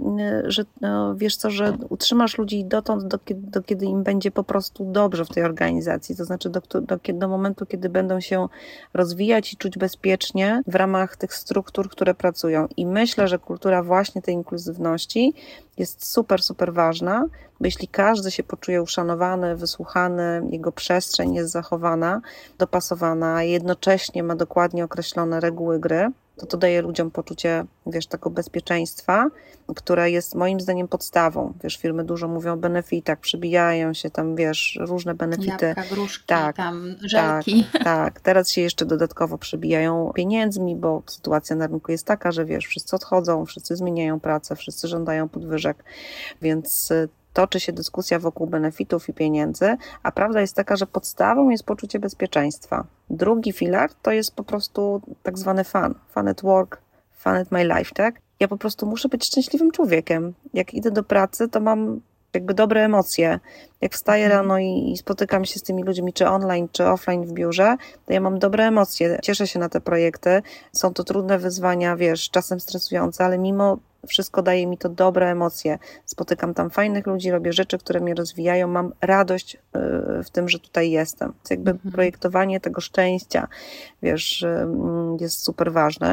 wiesz co, że utrzymasz ludzi dotąd, do kiedy im będzie po prostu dobrze w tej organizacji, to znaczy do momentu, kiedy będą się rozwijać i czuć bezpiecznie w ramach tych struktur, które pracują. I myślę, że kultura właśnie tej inkluzywności jest super, super ważna, bo jeśli każdy się poczuje uszanowany, wysłuchany, jego przestrzeń jest zachowana, dopasowana, a jednocześnie ma dokładnie określone reguły gry, to daje ludziom poczucie, wiesz, tego bezpieczeństwa, które jest moim zdaniem podstawą. Wiesz, firmy dużo mówią o benefitach, przybijają się tam, wiesz, różne benefity. Jabłka, gruszki, tam żelki. Tak. Teraz się jeszcze dodatkowo przybijają pieniędzmi, bo sytuacja na rynku jest taka, że wiesz, wszyscy odchodzą, wszyscy zmieniają pracę, wszyscy żądają podwyżek, więc toczy się dyskusja wokół benefitów i pieniędzy, a prawda jest taka, że podstawą jest poczucie bezpieczeństwa. Drugi filar to jest po prostu tak zwany fun at work, fun at my life, tak? Ja po prostu muszę być szczęśliwym człowiekiem. Jak idę do pracy, to mam jakby dobre emocje. Jak wstaję rano i spotykam się z tymi ludźmi, czy online, czy offline w biurze, to ja mam dobre emocje, cieszę się na te projekty. Są to trudne wyzwania, wiesz, czasem stresujące, ale mimo wszystko daje mi to dobre emocje. Spotykam tam fajnych ludzi, robię rzeczy, które mnie rozwijają, mam radość w tym, że tutaj jestem. Więc jakby projektowanie tego szczęścia, wiesz, jest super ważne.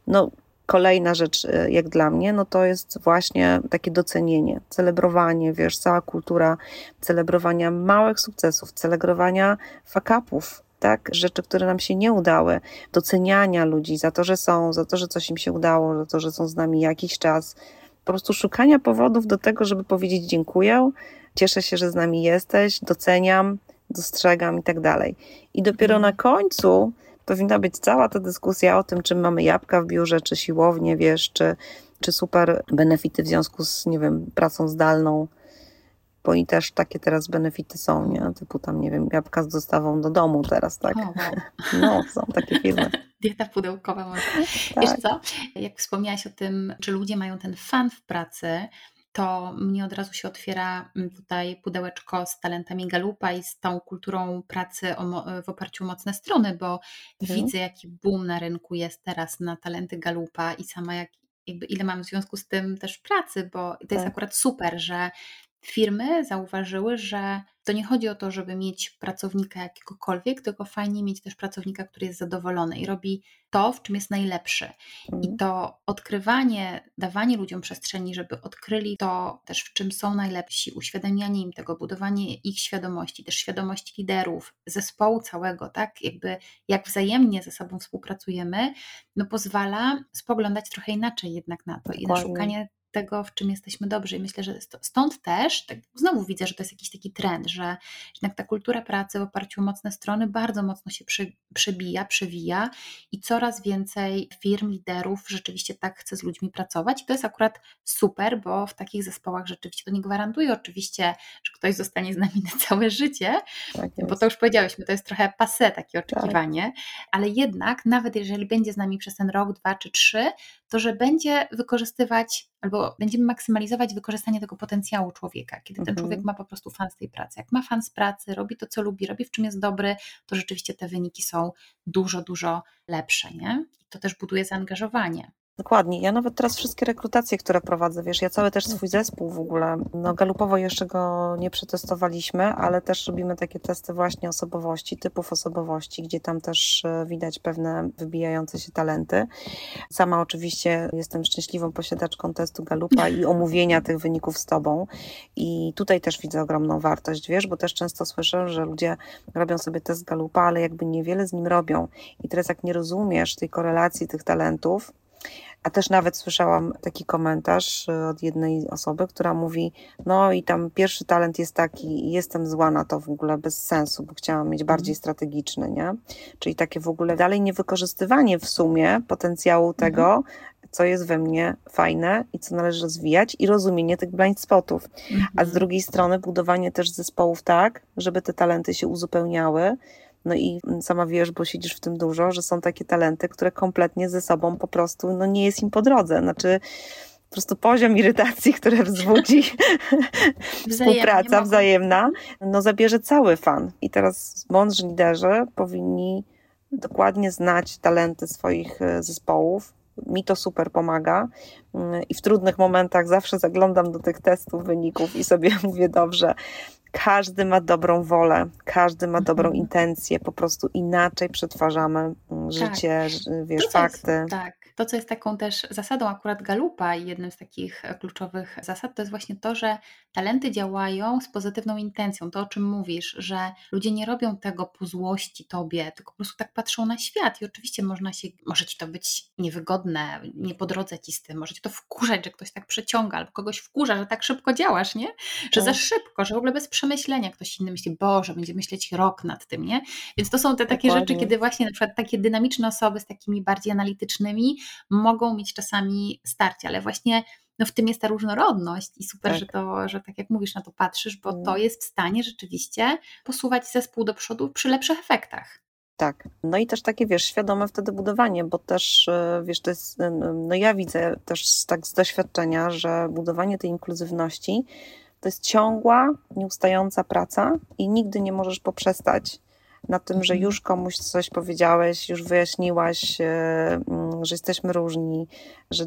Kolejna rzecz, jak dla mnie, to jest właśnie takie docenienie, celebrowanie, wiesz, cała kultura celebrowania małych sukcesów, celebrowania fuck-upów, tak? Rzeczy, które nam się nie udały, doceniania ludzi za to, że są, za to, że coś im się udało, za to, że są z nami jakiś czas. Po prostu szukania powodów do tego, żeby powiedzieć dziękuję, cieszę się, że z nami jesteś, doceniam, dostrzegam i tak dalej. I dopiero na końcu powinna być cała ta dyskusja o tym, czym mamy jabłka w biurze, czy siłownię, wiesz, czy super benefity w związku z, nie wiem, pracą zdalną, bo i też takie teraz benefity są, nie? Typu tam, nie wiem, jabłka z dostawą do domu teraz, tak? Są takie firmy. Dieta pudełkowa może. Tak. Wiesz co, jak wspomniałaś o tym, czy ludzie mają ten fan w pracy, to mnie od razu się otwiera tutaj pudełeczko z talentami Galupa i z tą kulturą pracy w oparciu o mocne strony, bo widzę, jaki boom na rynku jest teraz na talenty Galupa i sama jakby ile mam w związku z tym też pracy, bo to jest akurat super, że firmy zauważyły, że to nie chodzi o to, żeby mieć pracownika jakiegokolwiek, tylko fajnie mieć też pracownika, który jest zadowolony i robi to, w czym jest najlepszy. I to odkrywanie, dawanie ludziom przestrzeni, żeby odkryli to też, w czym są najlepsi, uświadamianie im tego, budowanie ich świadomości, też świadomości liderów, zespołu całego, tak? Jakby jak wzajemnie ze sobą współpracujemy, pozwala spoglądać trochę inaczej jednak na to i na szukanie tego, w czym jesteśmy dobrzy. I myślę, że stąd też, tak znowu widzę, że to jest jakiś taki trend, że jednak ta kultura pracy w oparciu o mocne strony bardzo mocno się przewija i coraz więcej firm, liderów rzeczywiście tak chce z ludźmi pracować. I to jest akurat super, bo w takich zespołach rzeczywiście to nie gwarantuje oczywiście, że ktoś zostanie z nami na całe życie, Tak bo jest. to już powiedziałyśmy, to jest trochę passé takie Tak. oczekiwanie, ale jednak nawet jeżeli będzie z nami przez ten rok, 2 czy 3, to że będzie wykorzystywać albo będziemy maksymalizować wykorzystanie tego potencjału człowieka, kiedy ten człowiek ma po prostu fan z tej pracy. Jak ma fan z pracy, robi to, co lubi, robi w czym jest dobry, to rzeczywiście te wyniki są dużo, dużo lepsze, nie? I to też buduje zaangażowanie. Dokładnie. Ja nawet teraz wszystkie rekrutacje, które prowadzę, wiesz, ja cały też swój zespół w ogóle, no galupowo jeszcze go nie przetestowaliśmy, ale też robimy takie testy właśnie osobowości, typów osobowości, gdzie tam też widać pewne wybijające się talenty. Sama oczywiście jestem szczęśliwą posiadaczką testu Galupa i omówienia tych wyników z tobą i tutaj też widzę ogromną wartość, wiesz, bo też często słyszę, że ludzie robią sobie test Galupa, ale jakby niewiele z nim robią i teraz jak nie rozumiesz tej korelacji tych talentów, a też nawet słyszałam taki komentarz od jednej osoby, która mówi, no i tam pierwszy talent jest taki i jestem zła na to w ogóle bez sensu, bo chciałam mieć bardziej strategiczny, nie? Czyli takie w ogóle dalej niewykorzystywanie w sumie potencjału tego, co jest we mnie fajne i co należy rozwijać i rozumienie tych blind spotów. A z drugiej strony budowanie też zespołów tak, żeby te talenty się uzupełniały. No i sama wiesz, bo siedzisz w tym dużo, że są takie talenty, które kompletnie ze sobą po prostu no nie jest im po drodze. Znaczy po prostu poziom irytacji, które wzbudzi współpraca wzajemna, no zabierze cały fan. I teraz mądrzy liderzy powinni dokładnie znać talenty swoich zespołów. Mi to super pomaga i w trudnych momentach zawsze zaglądam do tych testów, wyników i sobie mówię, dobrze, każdy ma dobrą wolę, każdy ma dobrą intencję, po prostu inaczej przetwarzamy życie, wiesz, fakty. To, co jest taką też zasadą akurat Galupa i jednym z takich kluczowych zasad, to jest właśnie to, że talenty działają z pozytywną intencją. To, o czym mówisz, że ludzie nie robią tego po złości tobie, tylko po prostu tak patrzą na świat i oczywiście może ci to być niewygodne, nie po drodze ci z tym, może ci to wkurzać, że ktoś tak przeciąga, albo kogoś wkurza, że tak szybko działasz, nie? Że za szybko, że w ogóle bez przemyślenia ktoś inny myśli, Boże, będzie myśleć rok nad tym, nie? Więc to są te takie rzeczy, kiedy właśnie na przykład takie dynamiczne osoby z takimi bardziej analitycznymi mogą mieć czasami starcie, ale właśnie w tym jest ta różnorodność i super, że tak jak mówisz, na to patrzysz, bo to jest w stanie rzeczywiście posuwać zespół do przodu przy lepszych efektach. Tak, no i też takie, wiesz, świadome wtedy budowanie, bo też, wiesz, to jest, no ja widzę też tak z doświadczenia, że budowanie tej inkluzywności to jest ciągła, nieustająca praca i nigdy nie możesz poprzestać na tym, że już komuś coś powiedziałeś, już wyjaśniłaś, że jesteśmy różni, że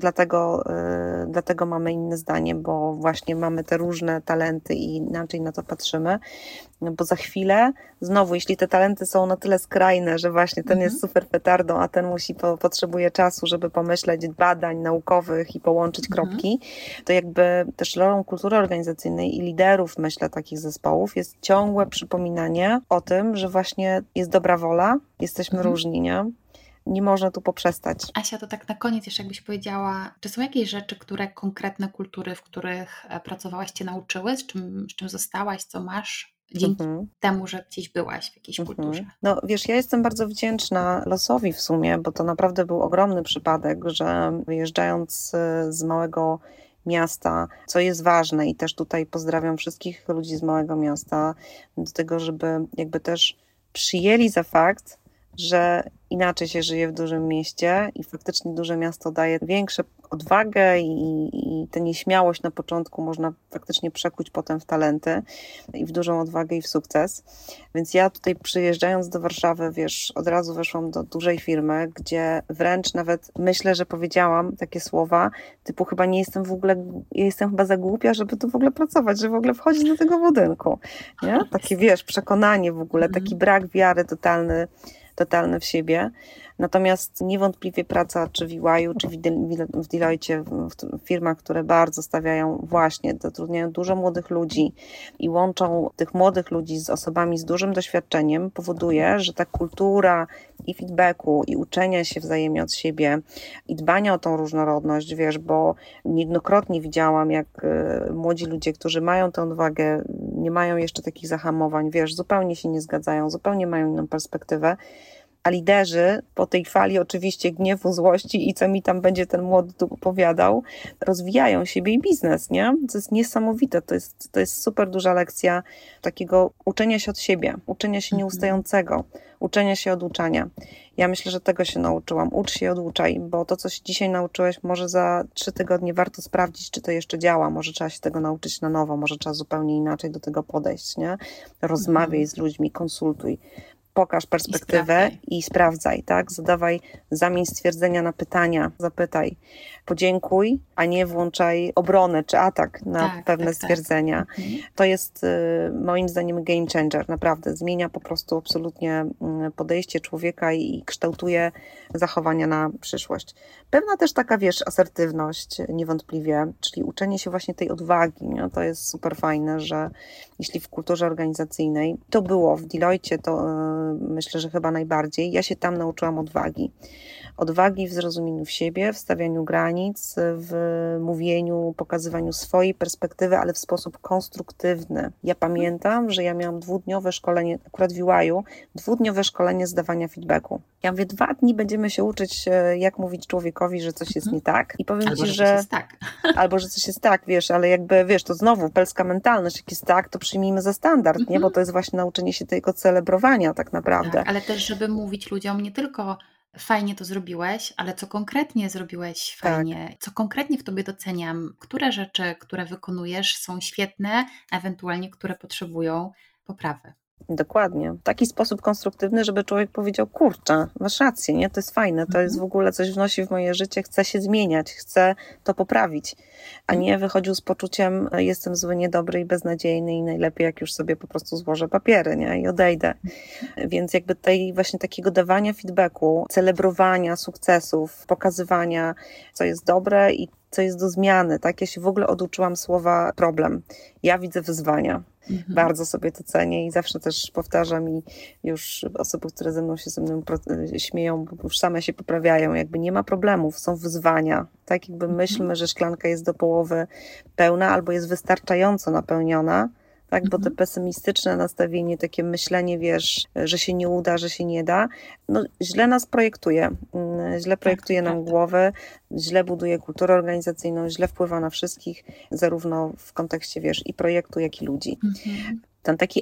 dlatego mamy inne zdanie, bo właśnie mamy te różne talenty i inaczej na to patrzymy, bo za chwilę znowu, jeśli te talenty są na tyle skrajne, że właśnie ten jest super petardą, a ten potrzebuje czasu, żeby pomyśleć, badań naukowych i połączyć kropki, to jakby też rolą kultury organizacyjnej i liderów, myślę, takich zespołów jest ciągłe przypominanie o tym, że właśnie jest dobra wola, jesteśmy różni, nie? Nie można tu poprzestać. Asia, to tak na koniec jeszcze jakbyś powiedziała, czy są jakieś rzeczy, które konkretne kultury, w których pracowałaś, cię nauczyły, z czym zostałaś, co masz dzięki temu, że gdzieś byłaś w jakiejś kulturze? No wiesz, ja jestem bardzo wdzięczna losowi w sumie, bo to naprawdę był ogromny przypadek, że wyjeżdżając z małego miasta, co jest ważne i też tutaj pozdrawiam wszystkich ludzi z małego miasta, do tego, żeby jakby też przyjęli za fakt, że inaczej się żyje w dużym mieście i faktycznie duże miasto daje większą odwagę i tę nieśmiałość na początku można faktycznie przekuć potem w talenty i w dużą odwagę i w sukces. Więc ja tutaj przyjeżdżając do Warszawy, wiesz, od razu weszłam do dużej firmy, gdzie wręcz nawet myślę, że powiedziałam takie słowa typu chyba nie jestem w ogóle, ja jestem chyba za głupia, żeby tu w ogóle pracować, żeby w ogóle wchodzić do tego budynku. Nie? Takie wiesz, przekonanie w ogóle, taki brak wiary totalny w siebie. Natomiast niewątpliwie praca czy w EY, czy w Deloitte, w firmach, które bardzo stawiają właśnie, zatrudniają dużo młodych ludzi i łączą tych młodych ludzi z osobami z dużym doświadczeniem, powoduje, że ta kultura i feedbacku, i uczenia się wzajemnie od siebie, i dbania o tą różnorodność, wiesz, bo niejednokrotnie widziałam, jak młodzi ludzie, którzy mają tę odwagę, nie mają jeszcze takich zahamowań, wiesz, zupełnie się nie zgadzają, zupełnie mają inną perspektywę, a liderzy po tej fali oczywiście gniewu, złości i co mi tam będzie ten młody tu opowiadał, rozwijają siebie i biznes, nie? To jest niesamowite, to jest super duża lekcja takiego uczenia się od siebie, uczenia się nieustającego, uczenia się od uczenia. Ja myślę, że tego się nauczyłam. Ucz się i oduczaj, bo to, co się dzisiaj nauczyłeś, może za 3 tygodnie warto sprawdzić, czy to jeszcze działa, może trzeba się tego nauczyć na nowo, może trzeba zupełnie inaczej do tego podejść, nie? Rozmawiaj z ludźmi, konsultuj. Pokaż perspektywę i sprawdzaj, tak? Zadawaj, zamień stwierdzenia na pytania, zapytaj, podziękuj, a nie włączaj obronę czy atak na pewne stwierdzenia. To jest moim zdaniem game changer, naprawdę. Zmienia po prostu absolutnie podejście człowieka i kształtuje zachowania na przyszłość. Pewna też taka, wiesz, asertywność niewątpliwie, czyli uczenie się właśnie tej odwagi. Nie? To jest super fajne, że jeśli w kulturze organizacyjnej, to było w Deloitte, to myślę, że chyba najbardziej. Ja się tam nauczyłam odwagi. Odwagi w zrozumieniu w siebie, w stawianiu granic, w mówieniu, pokazywaniu swojej perspektywy, ale w sposób konstruktywny. Ja pamiętam, że ja miałam 2-dniowe szkolenie, akurat w UI-u, 2-dniowe szkolenie z dawania feedbacku. Ja mówię, 2 dni będziemy się uczyć, jak mówić człowiekowi, że coś jest nie tak. I powiem albo, ci, że coś jest tak. Albo, że coś jest tak, wiesz, ale jakby, wiesz, to znowu pelska mentalność, jak jest tak, to przyjmijmy za standard, nie? Bo to jest właśnie nauczenie się tego celebrowania tak naprawdę. Tak, ale też, żeby mówić ludziom nie tylko fajnie to zrobiłeś, ale co konkretnie zrobiłeś fajnie, co konkretnie w tobie doceniam, które rzeczy, które wykonujesz są świetne, ewentualnie które potrzebują poprawy. Dokładnie. W taki sposób konstruktywny, żeby człowiek powiedział, kurczę, masz rację, nie? To jest fajne, to jest w ogóle coś wnosi w moje życie, chcę się zmieniać, chcę to poprawić, a nie wychodził z poczuciem, jestem zły, niedobry i beznadziejny i najlepiej jak już sobie po prostu złożę papiery, nie? I odejdę. Więc jakby tej właśnie takiego dawania feedbacku, celebrowania sukcesów, pokazywania, co jest dobre i co jest do zmiany, tak? Ja się w ogóle oduczyłam słowa problem. Ja widzę wyzwania. Bardzo sobie to cenię i zawsze też powtarzam i już osoby, które ze mną śmieją, już same się poprawiają, jakby nie ma problemów, są wyzwania, tak? Jakby myślmy, że szklanka jest do połowy pełna albo jest wystarczająco napełniona, tak, bo to pesymistyczne nastawienie, takie myślenie, wiesz, że się nie uda, że się nie da, no źle nas projektuje, źle projektuje nam głowę, źle buduje kulturę organizacyjną, źle wpływa na wszystkich, zarówno w kontekście, wiesz, i projektu, jak i ludzi. Ten taki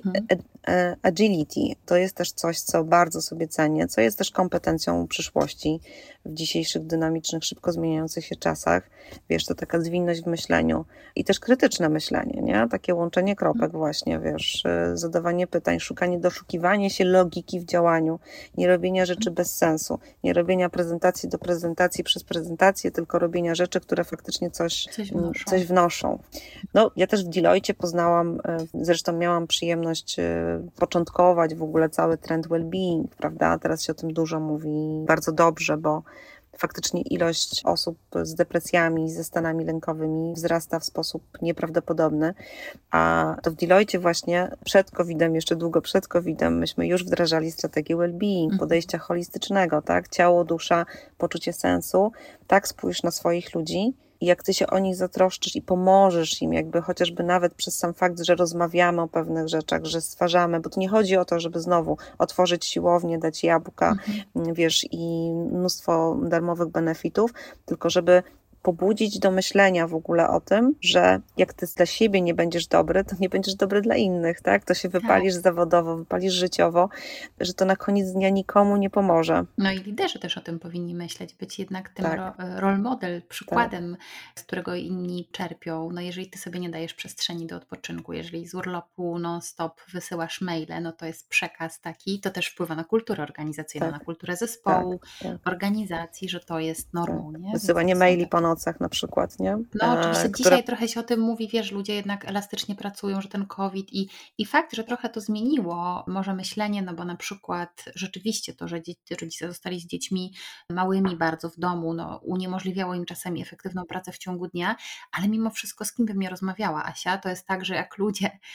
agility to jest też coś, co bardzo sobie cenię, co jest też kompetencją przyszłości w dzisiejszych dynamicznych, szybko zmieniających się czasach. Wiesz, to taka zwinność w myśleniu i też krytyczne myślenie, nie? Takie łączenie kropek właśnie, wiesz, zadawanie pytań, doszukiwanie się logiki w działaniu, nie robienia rzeczy bez sensu, nie robienia prezentacji do prezentacji przez prezentację, tylko robienia rzeczy, które faktycznie coś wnoszą. No, ja też w Deloitte poznałam, zresztą miałam przyjemność początkować w ogóle cały trend well-being, prawda? Teraz się o tym dużo mówi, bardzo dobrze, bo faktycznie ilość osób z depresjami, ze stanami lękowymi wzrasta w sposób nieprawdopodobny, a to w Deloitte właśnie przed COVID-em, jeszcze długo przed COVID-em, myśmy już wdrażali strategię well-being, podejścia holistycznego, tak? Ciało, dusza, poczucie sensu. Tak spójrz na swoich ludzi i jak ty się o nich zatroszczysz i pomożesz im, jakby chociażby nawet przez sam fakt, że rozmawiamy o pewnych rzeczach, że stwarzamy, bo tu nie chodzi o to, żeby znowu otworzyć siłownię, dać jabłka, wiesz, i mnóstwo darmowych benefitów, tylko żeby pobudzić do myślenia w ogóle o tym, że jak ty dla siebie nie będziesz dobry, to nie będziesz dobry dla innych, tak? To się wypalisz zawodowo, wypalisz życiowo, że to na koniec dnia nikomu nie pomoże. No i liderzy też o tym powinni myśleć, być jednak tym role model, przykładem, z którego inni czerpią. No jeżeli ty sobie nie dajesz przestrzeni do odpoczynku, jeżeli z urlopu non-stop wysyłasz maile, no to jest przekaz taki, to też wpływa na kulturę organizacyjną, na kulturę zespołu, organizacji, że to jest normą, nie? Wysyłanie maili po nocach na przykład, nie? No oczywiście dzisiaj trochę się o tym mówi, wiesz, ludzie jednak elastycznie pracują, że ten COVID i fakt, że trochę to zmieniło może myślenie, no bo na przykład rzeczywiście to, że rodzice zostali z dziećmi małymi bardzo w domu, no uniemożliwiało im czasami efektywną pracę w ciągu dnia, ale mimo wszystko z kim bym nie rozmawiała, Asia, to jest tak, że jak ludzie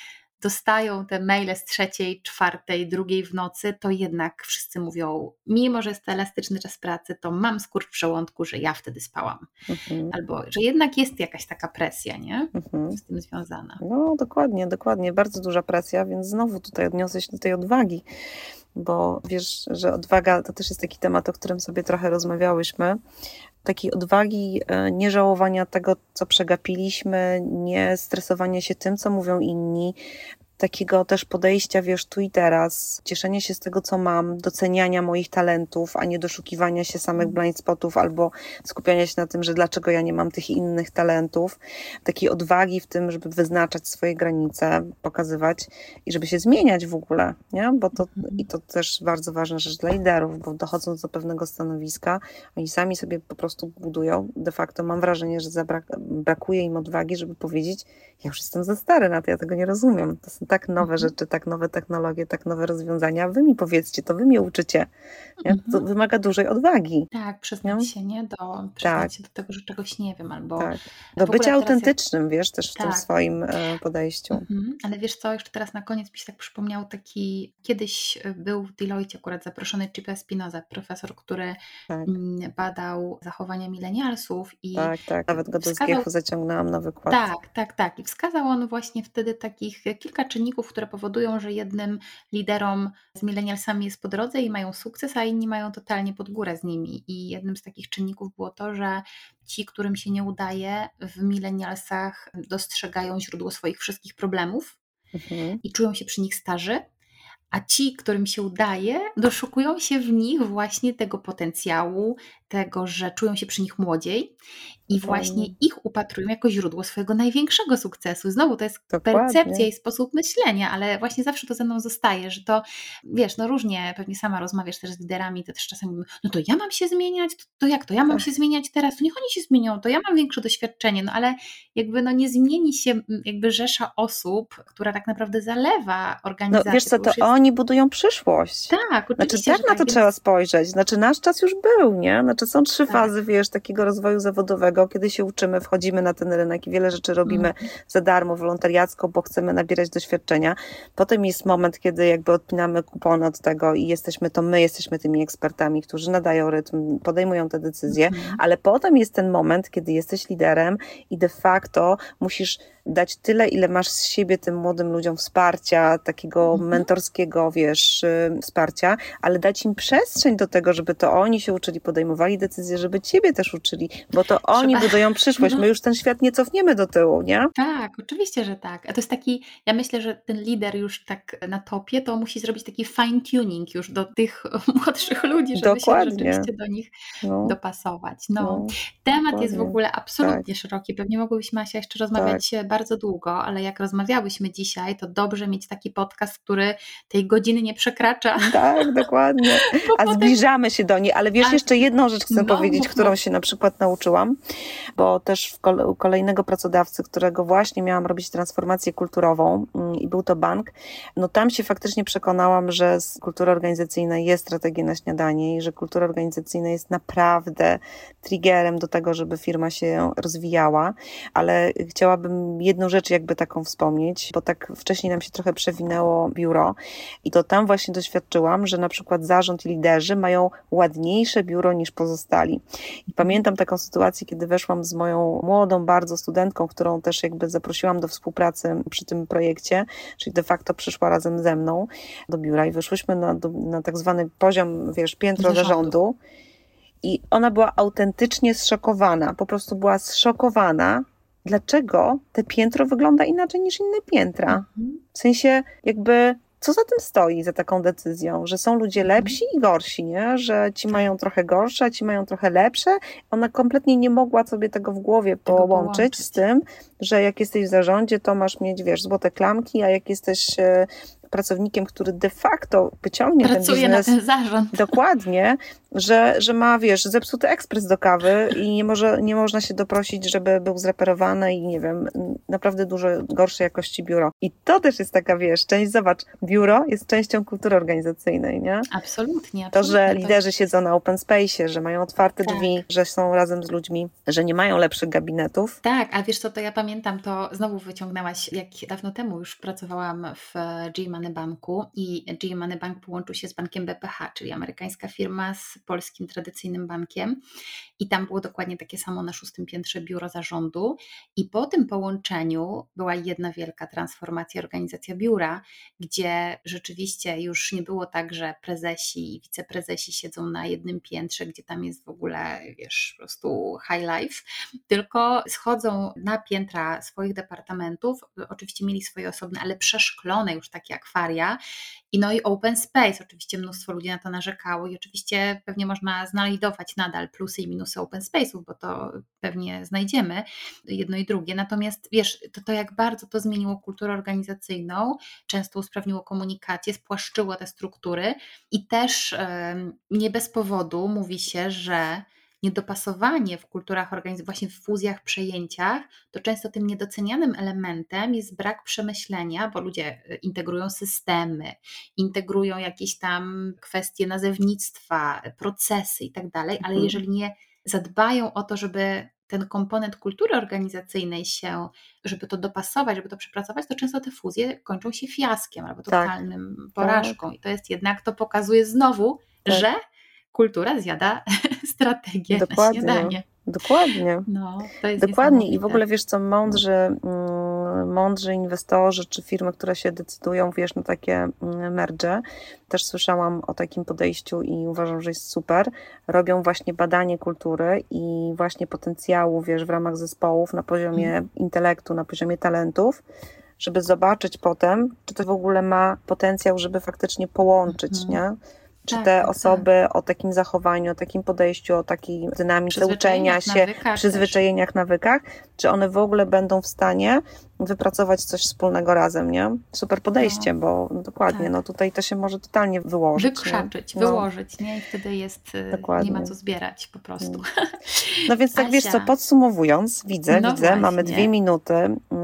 dostają te maile z 3, 4, 2 w nocy, to jednak wszyscy mówią, mimo że jest to elastyczny czas pracy, to mam skurcz w żołądku, że ja wtedy spałam. Albo, że jednak jest jakaś taka presja, nie? Z tym związana. No dokładnie, bardzo duża presja, więc znowu tutaj odniosę się do tej odwagi, bo wiesz, że odwaga to też jest taki temat, o którym sobie trochę rozmawiałyśmy, takiej odwagi, nie żałowania tego, co przegapiliśmy, nie stresowania się tym, co mówią inni, takiego też podejścia, wiesz, tu i teraz, cieszenia się z tego, co mam, doceniania moich talentów, a nie doszukiwania się samych blind spotów albo skupiania się na tym, że dlaczego ja nie mam tych innych talentów. Takiej odwagi w tym, żeby wyznaczać swoje granice, pokazywać i żeby się zmieniać w ogóle, nie? Bo to też bardzo ważna rzecz dla liderów, bo dochodząc do pewnego stanowiska, oni sami sobie po prostu budują. De facto mam wrażenie, że brakuje im odwagi, żeby powiedzieć, ja już jestem za stary na to, ja tego nie rozumiem. To są tak nowe rzeczy, tak nowe technologie, tak nowe rozwiązania. Wy mi powiedzcie, to wy mnie uczycie. To wymaga dużej odwagi. Tak, przyznać się, nie? Przyznać się do tego, że czegoś nie wiem, albo... Do bycia autentycznym, wiesz, też w tym swoim podejściu. Ale wiesz co, jeszcze teraz na koniec mi się tak przypomniał taki, kiedyś był w Deloitte akurat zaproszony Chico Espinoza, profesor, który badał zachowania milenialsów i nawet go do zgiechu zaciągnęłam na wykład. Tak. I wskazał on właśnie wtedy takich kilka czynników, które powodują, że jednym liderom z milenialsami jest po drodze i mają sukces, a inni mają totalnie pod górę z nimi. I jednym z takich czynników było to, że ci, którym się nie udaje, w milenialsach dostrzegają źródło swoich wszystkich problemów i czują się przy nich starzy, a ci, którym się udaje, doszukują się w nich właśnie tego potencjału, tego, że czują się przy nich młodziej i właśnie ich upatrują jako źródło swojego największego sukcesu. Znowu to jest percepcja i sposób myślenia, ale właśnie zawsze to ze mną zostaje, że to, wiesz, no różnie, pewnie sama rozmawiasz też z liderami, to też czasami mówią, no to ja mam się zmieniać, to jak to? Ja mam się zmieniać teraz, to niech oni się zmienią, to ja mam większe doświadczenie, no ale jakby no nie zmieni się jakby rzesza osób, która tak naprawdę zalewa organizację. No wiesz co, to oni budują przyszłość. Tak, oczywiście. Znaczy na to trzeba spojrzeć, znaczy nasz czas już był, nie? Znaczy są 3 fazy, wiesz, takiego rozwoju zawodowego, kiedy się uczymy, wchodzimy na ten rynek i wiele rzeczy robimy za darmo, wolontariacko, bo chcemy nabierać doświadczenia. Potem jest moment, kiedy jakby odpinamy kupon od tego i my jesteśmy tymi ekspertami, którzy nadają rytm, podejmują te decyzje, ale potem jest ten moment, kiedy jesteś liderem i de facto musisz dać tyle, ile masz z siebie tym młodym ludziom wsparcia, takiego mentorskiego, wiesz, wsparcia, ale dać im przestrzeń do tego, żeby to oni się uczyli, podejmowali decyzje, żeby ciebie też uczyli, bo to oni budują przyszłość. My już ten świat nie cofniemy do tyłu, nie? Tak, oczywiście, że tak. A to jest taki, ja myślę, że ten lider już tak na topie, to musi zrobić taki fine tuning już do tych młodszych ludzi, żeby się rzeczywiście do nich dopasować. Temat jest w ogóle absolutnie szeroki. Pewnie mogłybyśmy, Asia, jeszcze rozmawiać bardzo długo, ale jak rozmawiałyśmy dzisiaj, to dobrze mieć taki podcast, który tej godziny nie przekracza. Tak, dokładnie. A zbliżamy się do niej, ale wiesz, jeszcze jedną rzecz chcę powiedzieć, którą się na przykład nauczyłam, bo też u kolejnego pracodawcy, którego właśnie miałam robić transformację kulturową i był to bank, no tam się faktycznie przekonałam, że kultura organizacyjna jest strategia na śniadanie i że kultura organizacyjna jest naprawdę triggerem do tego, żeby firma się rozwijała, ale chciałabym jedną rzecz jakby taką wspomnieć, bo tak wcześniej nam się trochę przewinęło biuro i to tam właśnie doświadczyłam, że na przykład zarząd i liderzy mają ładniejsze biuro niż pozostali. I pamiętam taką sytuację, kiedy weszłam z moją młodą bardzo studentką, którą też jakby zaprosiłam do współpracy przy tym projekcie, czyli de facto przyszła razem ze mną do biura i wyszłyśmy na tak zwany poziom, wiesz, piętro zarządu i ona była autentycznie zszokowana, po prostu była zszokowana, dlaczego te piętro wygląda inaczej niż inne piętra. W sensie jakby co za tym stoi, za taką decyzją, że są ludzie lepsi i gorsi, nie? Że ci mają trochę gorsze, a ci mają trochę lepsze. Ona kompletnie nie mogła sobie tego w głowie połączyć z tym, że jak jesteś w zarządzie, to masz mieć, wiesz, złote klamki, a jak jesteś pracownikiem, który de facto wyciągnie ten Pracuje biznes. na ten zarząd. Dokładnie, że ma, wiesz, zepsuty ekspres do kawy i nie można się doprosić, żeby był zreperowany i nie wiem, naprawdę dużo gorszej jakości biuro. I to też jest taka, wiesz, zobacz, biuro jest częścią kultury organizacyjnej, nie? Absolutnie. To, że liderzy siedzą na open space, że mają otwarte drzwi, że są razem z ludźmi, że nie mają lepszych gabinetów. Tak, a wiesz co, to ja pamiętam, to znowu wyciągnęłaś, jak dawno temu już pracowałam w GE Money Banku i GE Money Bank połączył się z bankiem BPH, czyli amerykańska firma z polskim tradycyjnym bankiem i tam było dokładnie takie samo na 6. piętrze biuro zarządu i po tym połączeniu była jedna wielka transformacja, organizacja biura, gdzie rzeczywiście już nie było tak, że prezesi i wiceprezesi siedzą na jednym piętrze, gdzie tam jest w ogóle, wiesz, po prostu high life, tylko schodzą na piętra swoich departamentów, oczywiście mieli swoje osobne, ale przeszklone już takie akwaria i open space, oczywiście mnóstwo ludzi na to narzekało i oczywiście pewnie można znajdować nadal plusy i minusy open space'ów, bo to pewnie znajdziemy jedno i drugie, natomiast wiesz, to jak bardzo to zmieniło kulturę organizacyjną, często usprawniło komunikację, spłaszczyło te struktury i też nie bez powodu mówi się, że niedopasowanie w kulturach organizacji, właśnie w fuzjach, przejęciach, to często tym niedocenianym elementem jest brak przemyślenia, bo ludzie integrują systemy, integrują jakieś tam kwestie nazewnictwa, procesy i tak dalej, ale jeżeli nie zadbają o to, żeby ten komponent kultury organizacyjnej żeby to dopasować, żeby to przepracować, to często te fuzje kończą się fiaskiem albo totalnym porażką. I to jest jednak, to pokazuje znowu, że kultura zjada strategię na śniadanie. Dokładnie. To jest dokładnie. I w ogóle wiesz co, mądrzy inwestorzy czy firmy, które się decydują, wiesz, na takie merge, też słyszałam o takim podejściu i uważam, że jest super, robią właśnie badanie kultury i właśnie potencjału, wiesz, w ramach zespołów na poziomie intelektu, na poziomie talentów, żeby zobaczyć potem, czy to w ogóle ma potencjał, żeby faktycznie połączyć, nie? Czy te osoby o takim zachowaniu, o takim podejściu, o takiej dynamice uczenia się, przyzwyczajeniach, nawykach, czy one w ogóle będą w stanie wypracować coś wspólnego razem, nie? Super podejście, bo dokładnie, tutaj to się może totalnie wyłożyć. Wykrzaczyć, wyłożyć, nie? I wtedy jest, nie ma co zbierać po prostu. No więc tak, wiesz co, podsumowując, widzę, mamy 2 minuty.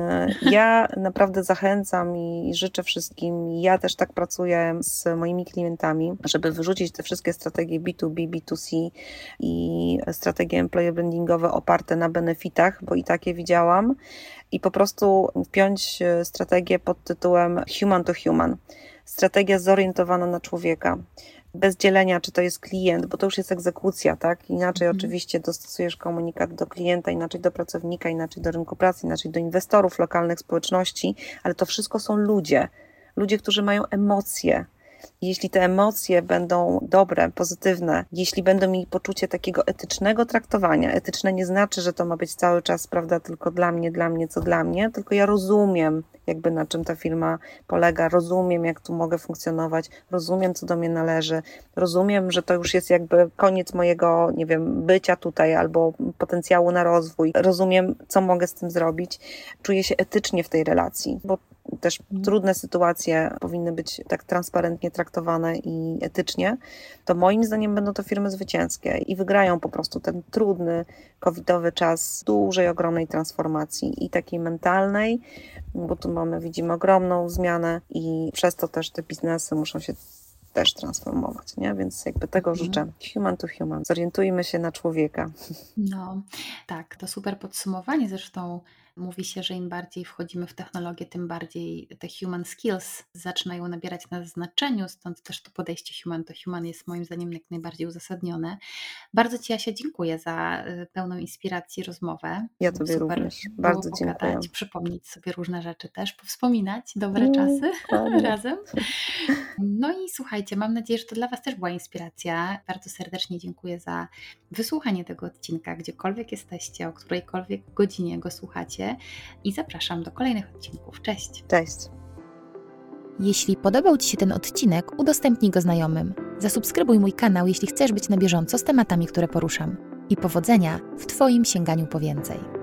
Ja naprawdę zachęcam i życzę wszystkim, ja też tak pracuję z moimi klientami, żeby wyrzucić te wszystkie strategie B2B, B2C i strategie employer brandingowe oparte na benefitach, bo i takie widziałam, i po prostu wpiąć strategię pod tytułem human to human. Strategia zorientowana na człowieka. Bez dzielenia, czy to jest klient, bo to już jest egzekucja, tak? Inaczej oczywiście dostosujesz komunikat do klienta, inaczej do pracownika, inaczej do rynku pracy, inaczej do inwestorów, lokalnych społeczności, ale to wszystko są ludzie. Ludzie, którzy mają emocje. Jeśli te emocje będą dobre, pozytywne, jeśli będą mieli poczucie takiego etycznego traktowania, etyczne nie znaczy, że to ma być cały czas, prawda, tylko dla mnie, co dla mnie, tylko ja rozumiem, jakby na czym ta firma polega, rozumiem, jak tu mogę funkcjonować, rozumiem, co do mnie należy, rozumiem, że to już jest jakby koniec mojego, nie wiem, bycia tutaj albo potencjału na rozwój, rozumiem, co mogę z tym zrobić, czuję się etycznie w tej relacji, bo też trudne sytuacje powinny być tak transparentnie traktowane i etycznie, to moim zdaniem będą to firmy zwycięskie i wygrają po prostu ten trudny, covidowy czas dużej, ogromnej transformacji i takiej mentalnej, bo tu widzimy ogromną zmianę i przez to też te biznesy muszą się też transformować, nie? Więc jakby tego życzę. Human to human. Zorientujmy się na człowieka. Tak, to super podsumowanie. Zresztą mówi się, że im bardziej wchodzimy w technologię, tym bardziej te human skills zaczynają nabierać na znaczeniu, stąd też to podejście human to human jest moim zdaniem jak najbardziej uzasadnione. Bardzo Ci, Asia, dziękuję za pełną inspiracji rozmowę. Ja Tobie również. Bardzo dziękuję. Przypomnieć sobie różne rzeczy też, powspominać dobre czasy razem. No i słuchajcie, mam nadzieję, że to dla Was też była inspiracja. Bardzo serdecznie dziękuję za wysłuchanie tego odcinka, gdziekolwiek jesteście, o którejkolwiek godzinie go słuchacie i zapraszam do kolejnych odcinków. Cześć! Cześć! Jeśli podobał Ci się ten odcinek, udostępnij go znajomym. Zasubskrybuj mój kanał, jeśli chcesz być na bieżąco z tematami, które poruszam. I powodzenia w Twoim sięganiu po więcej.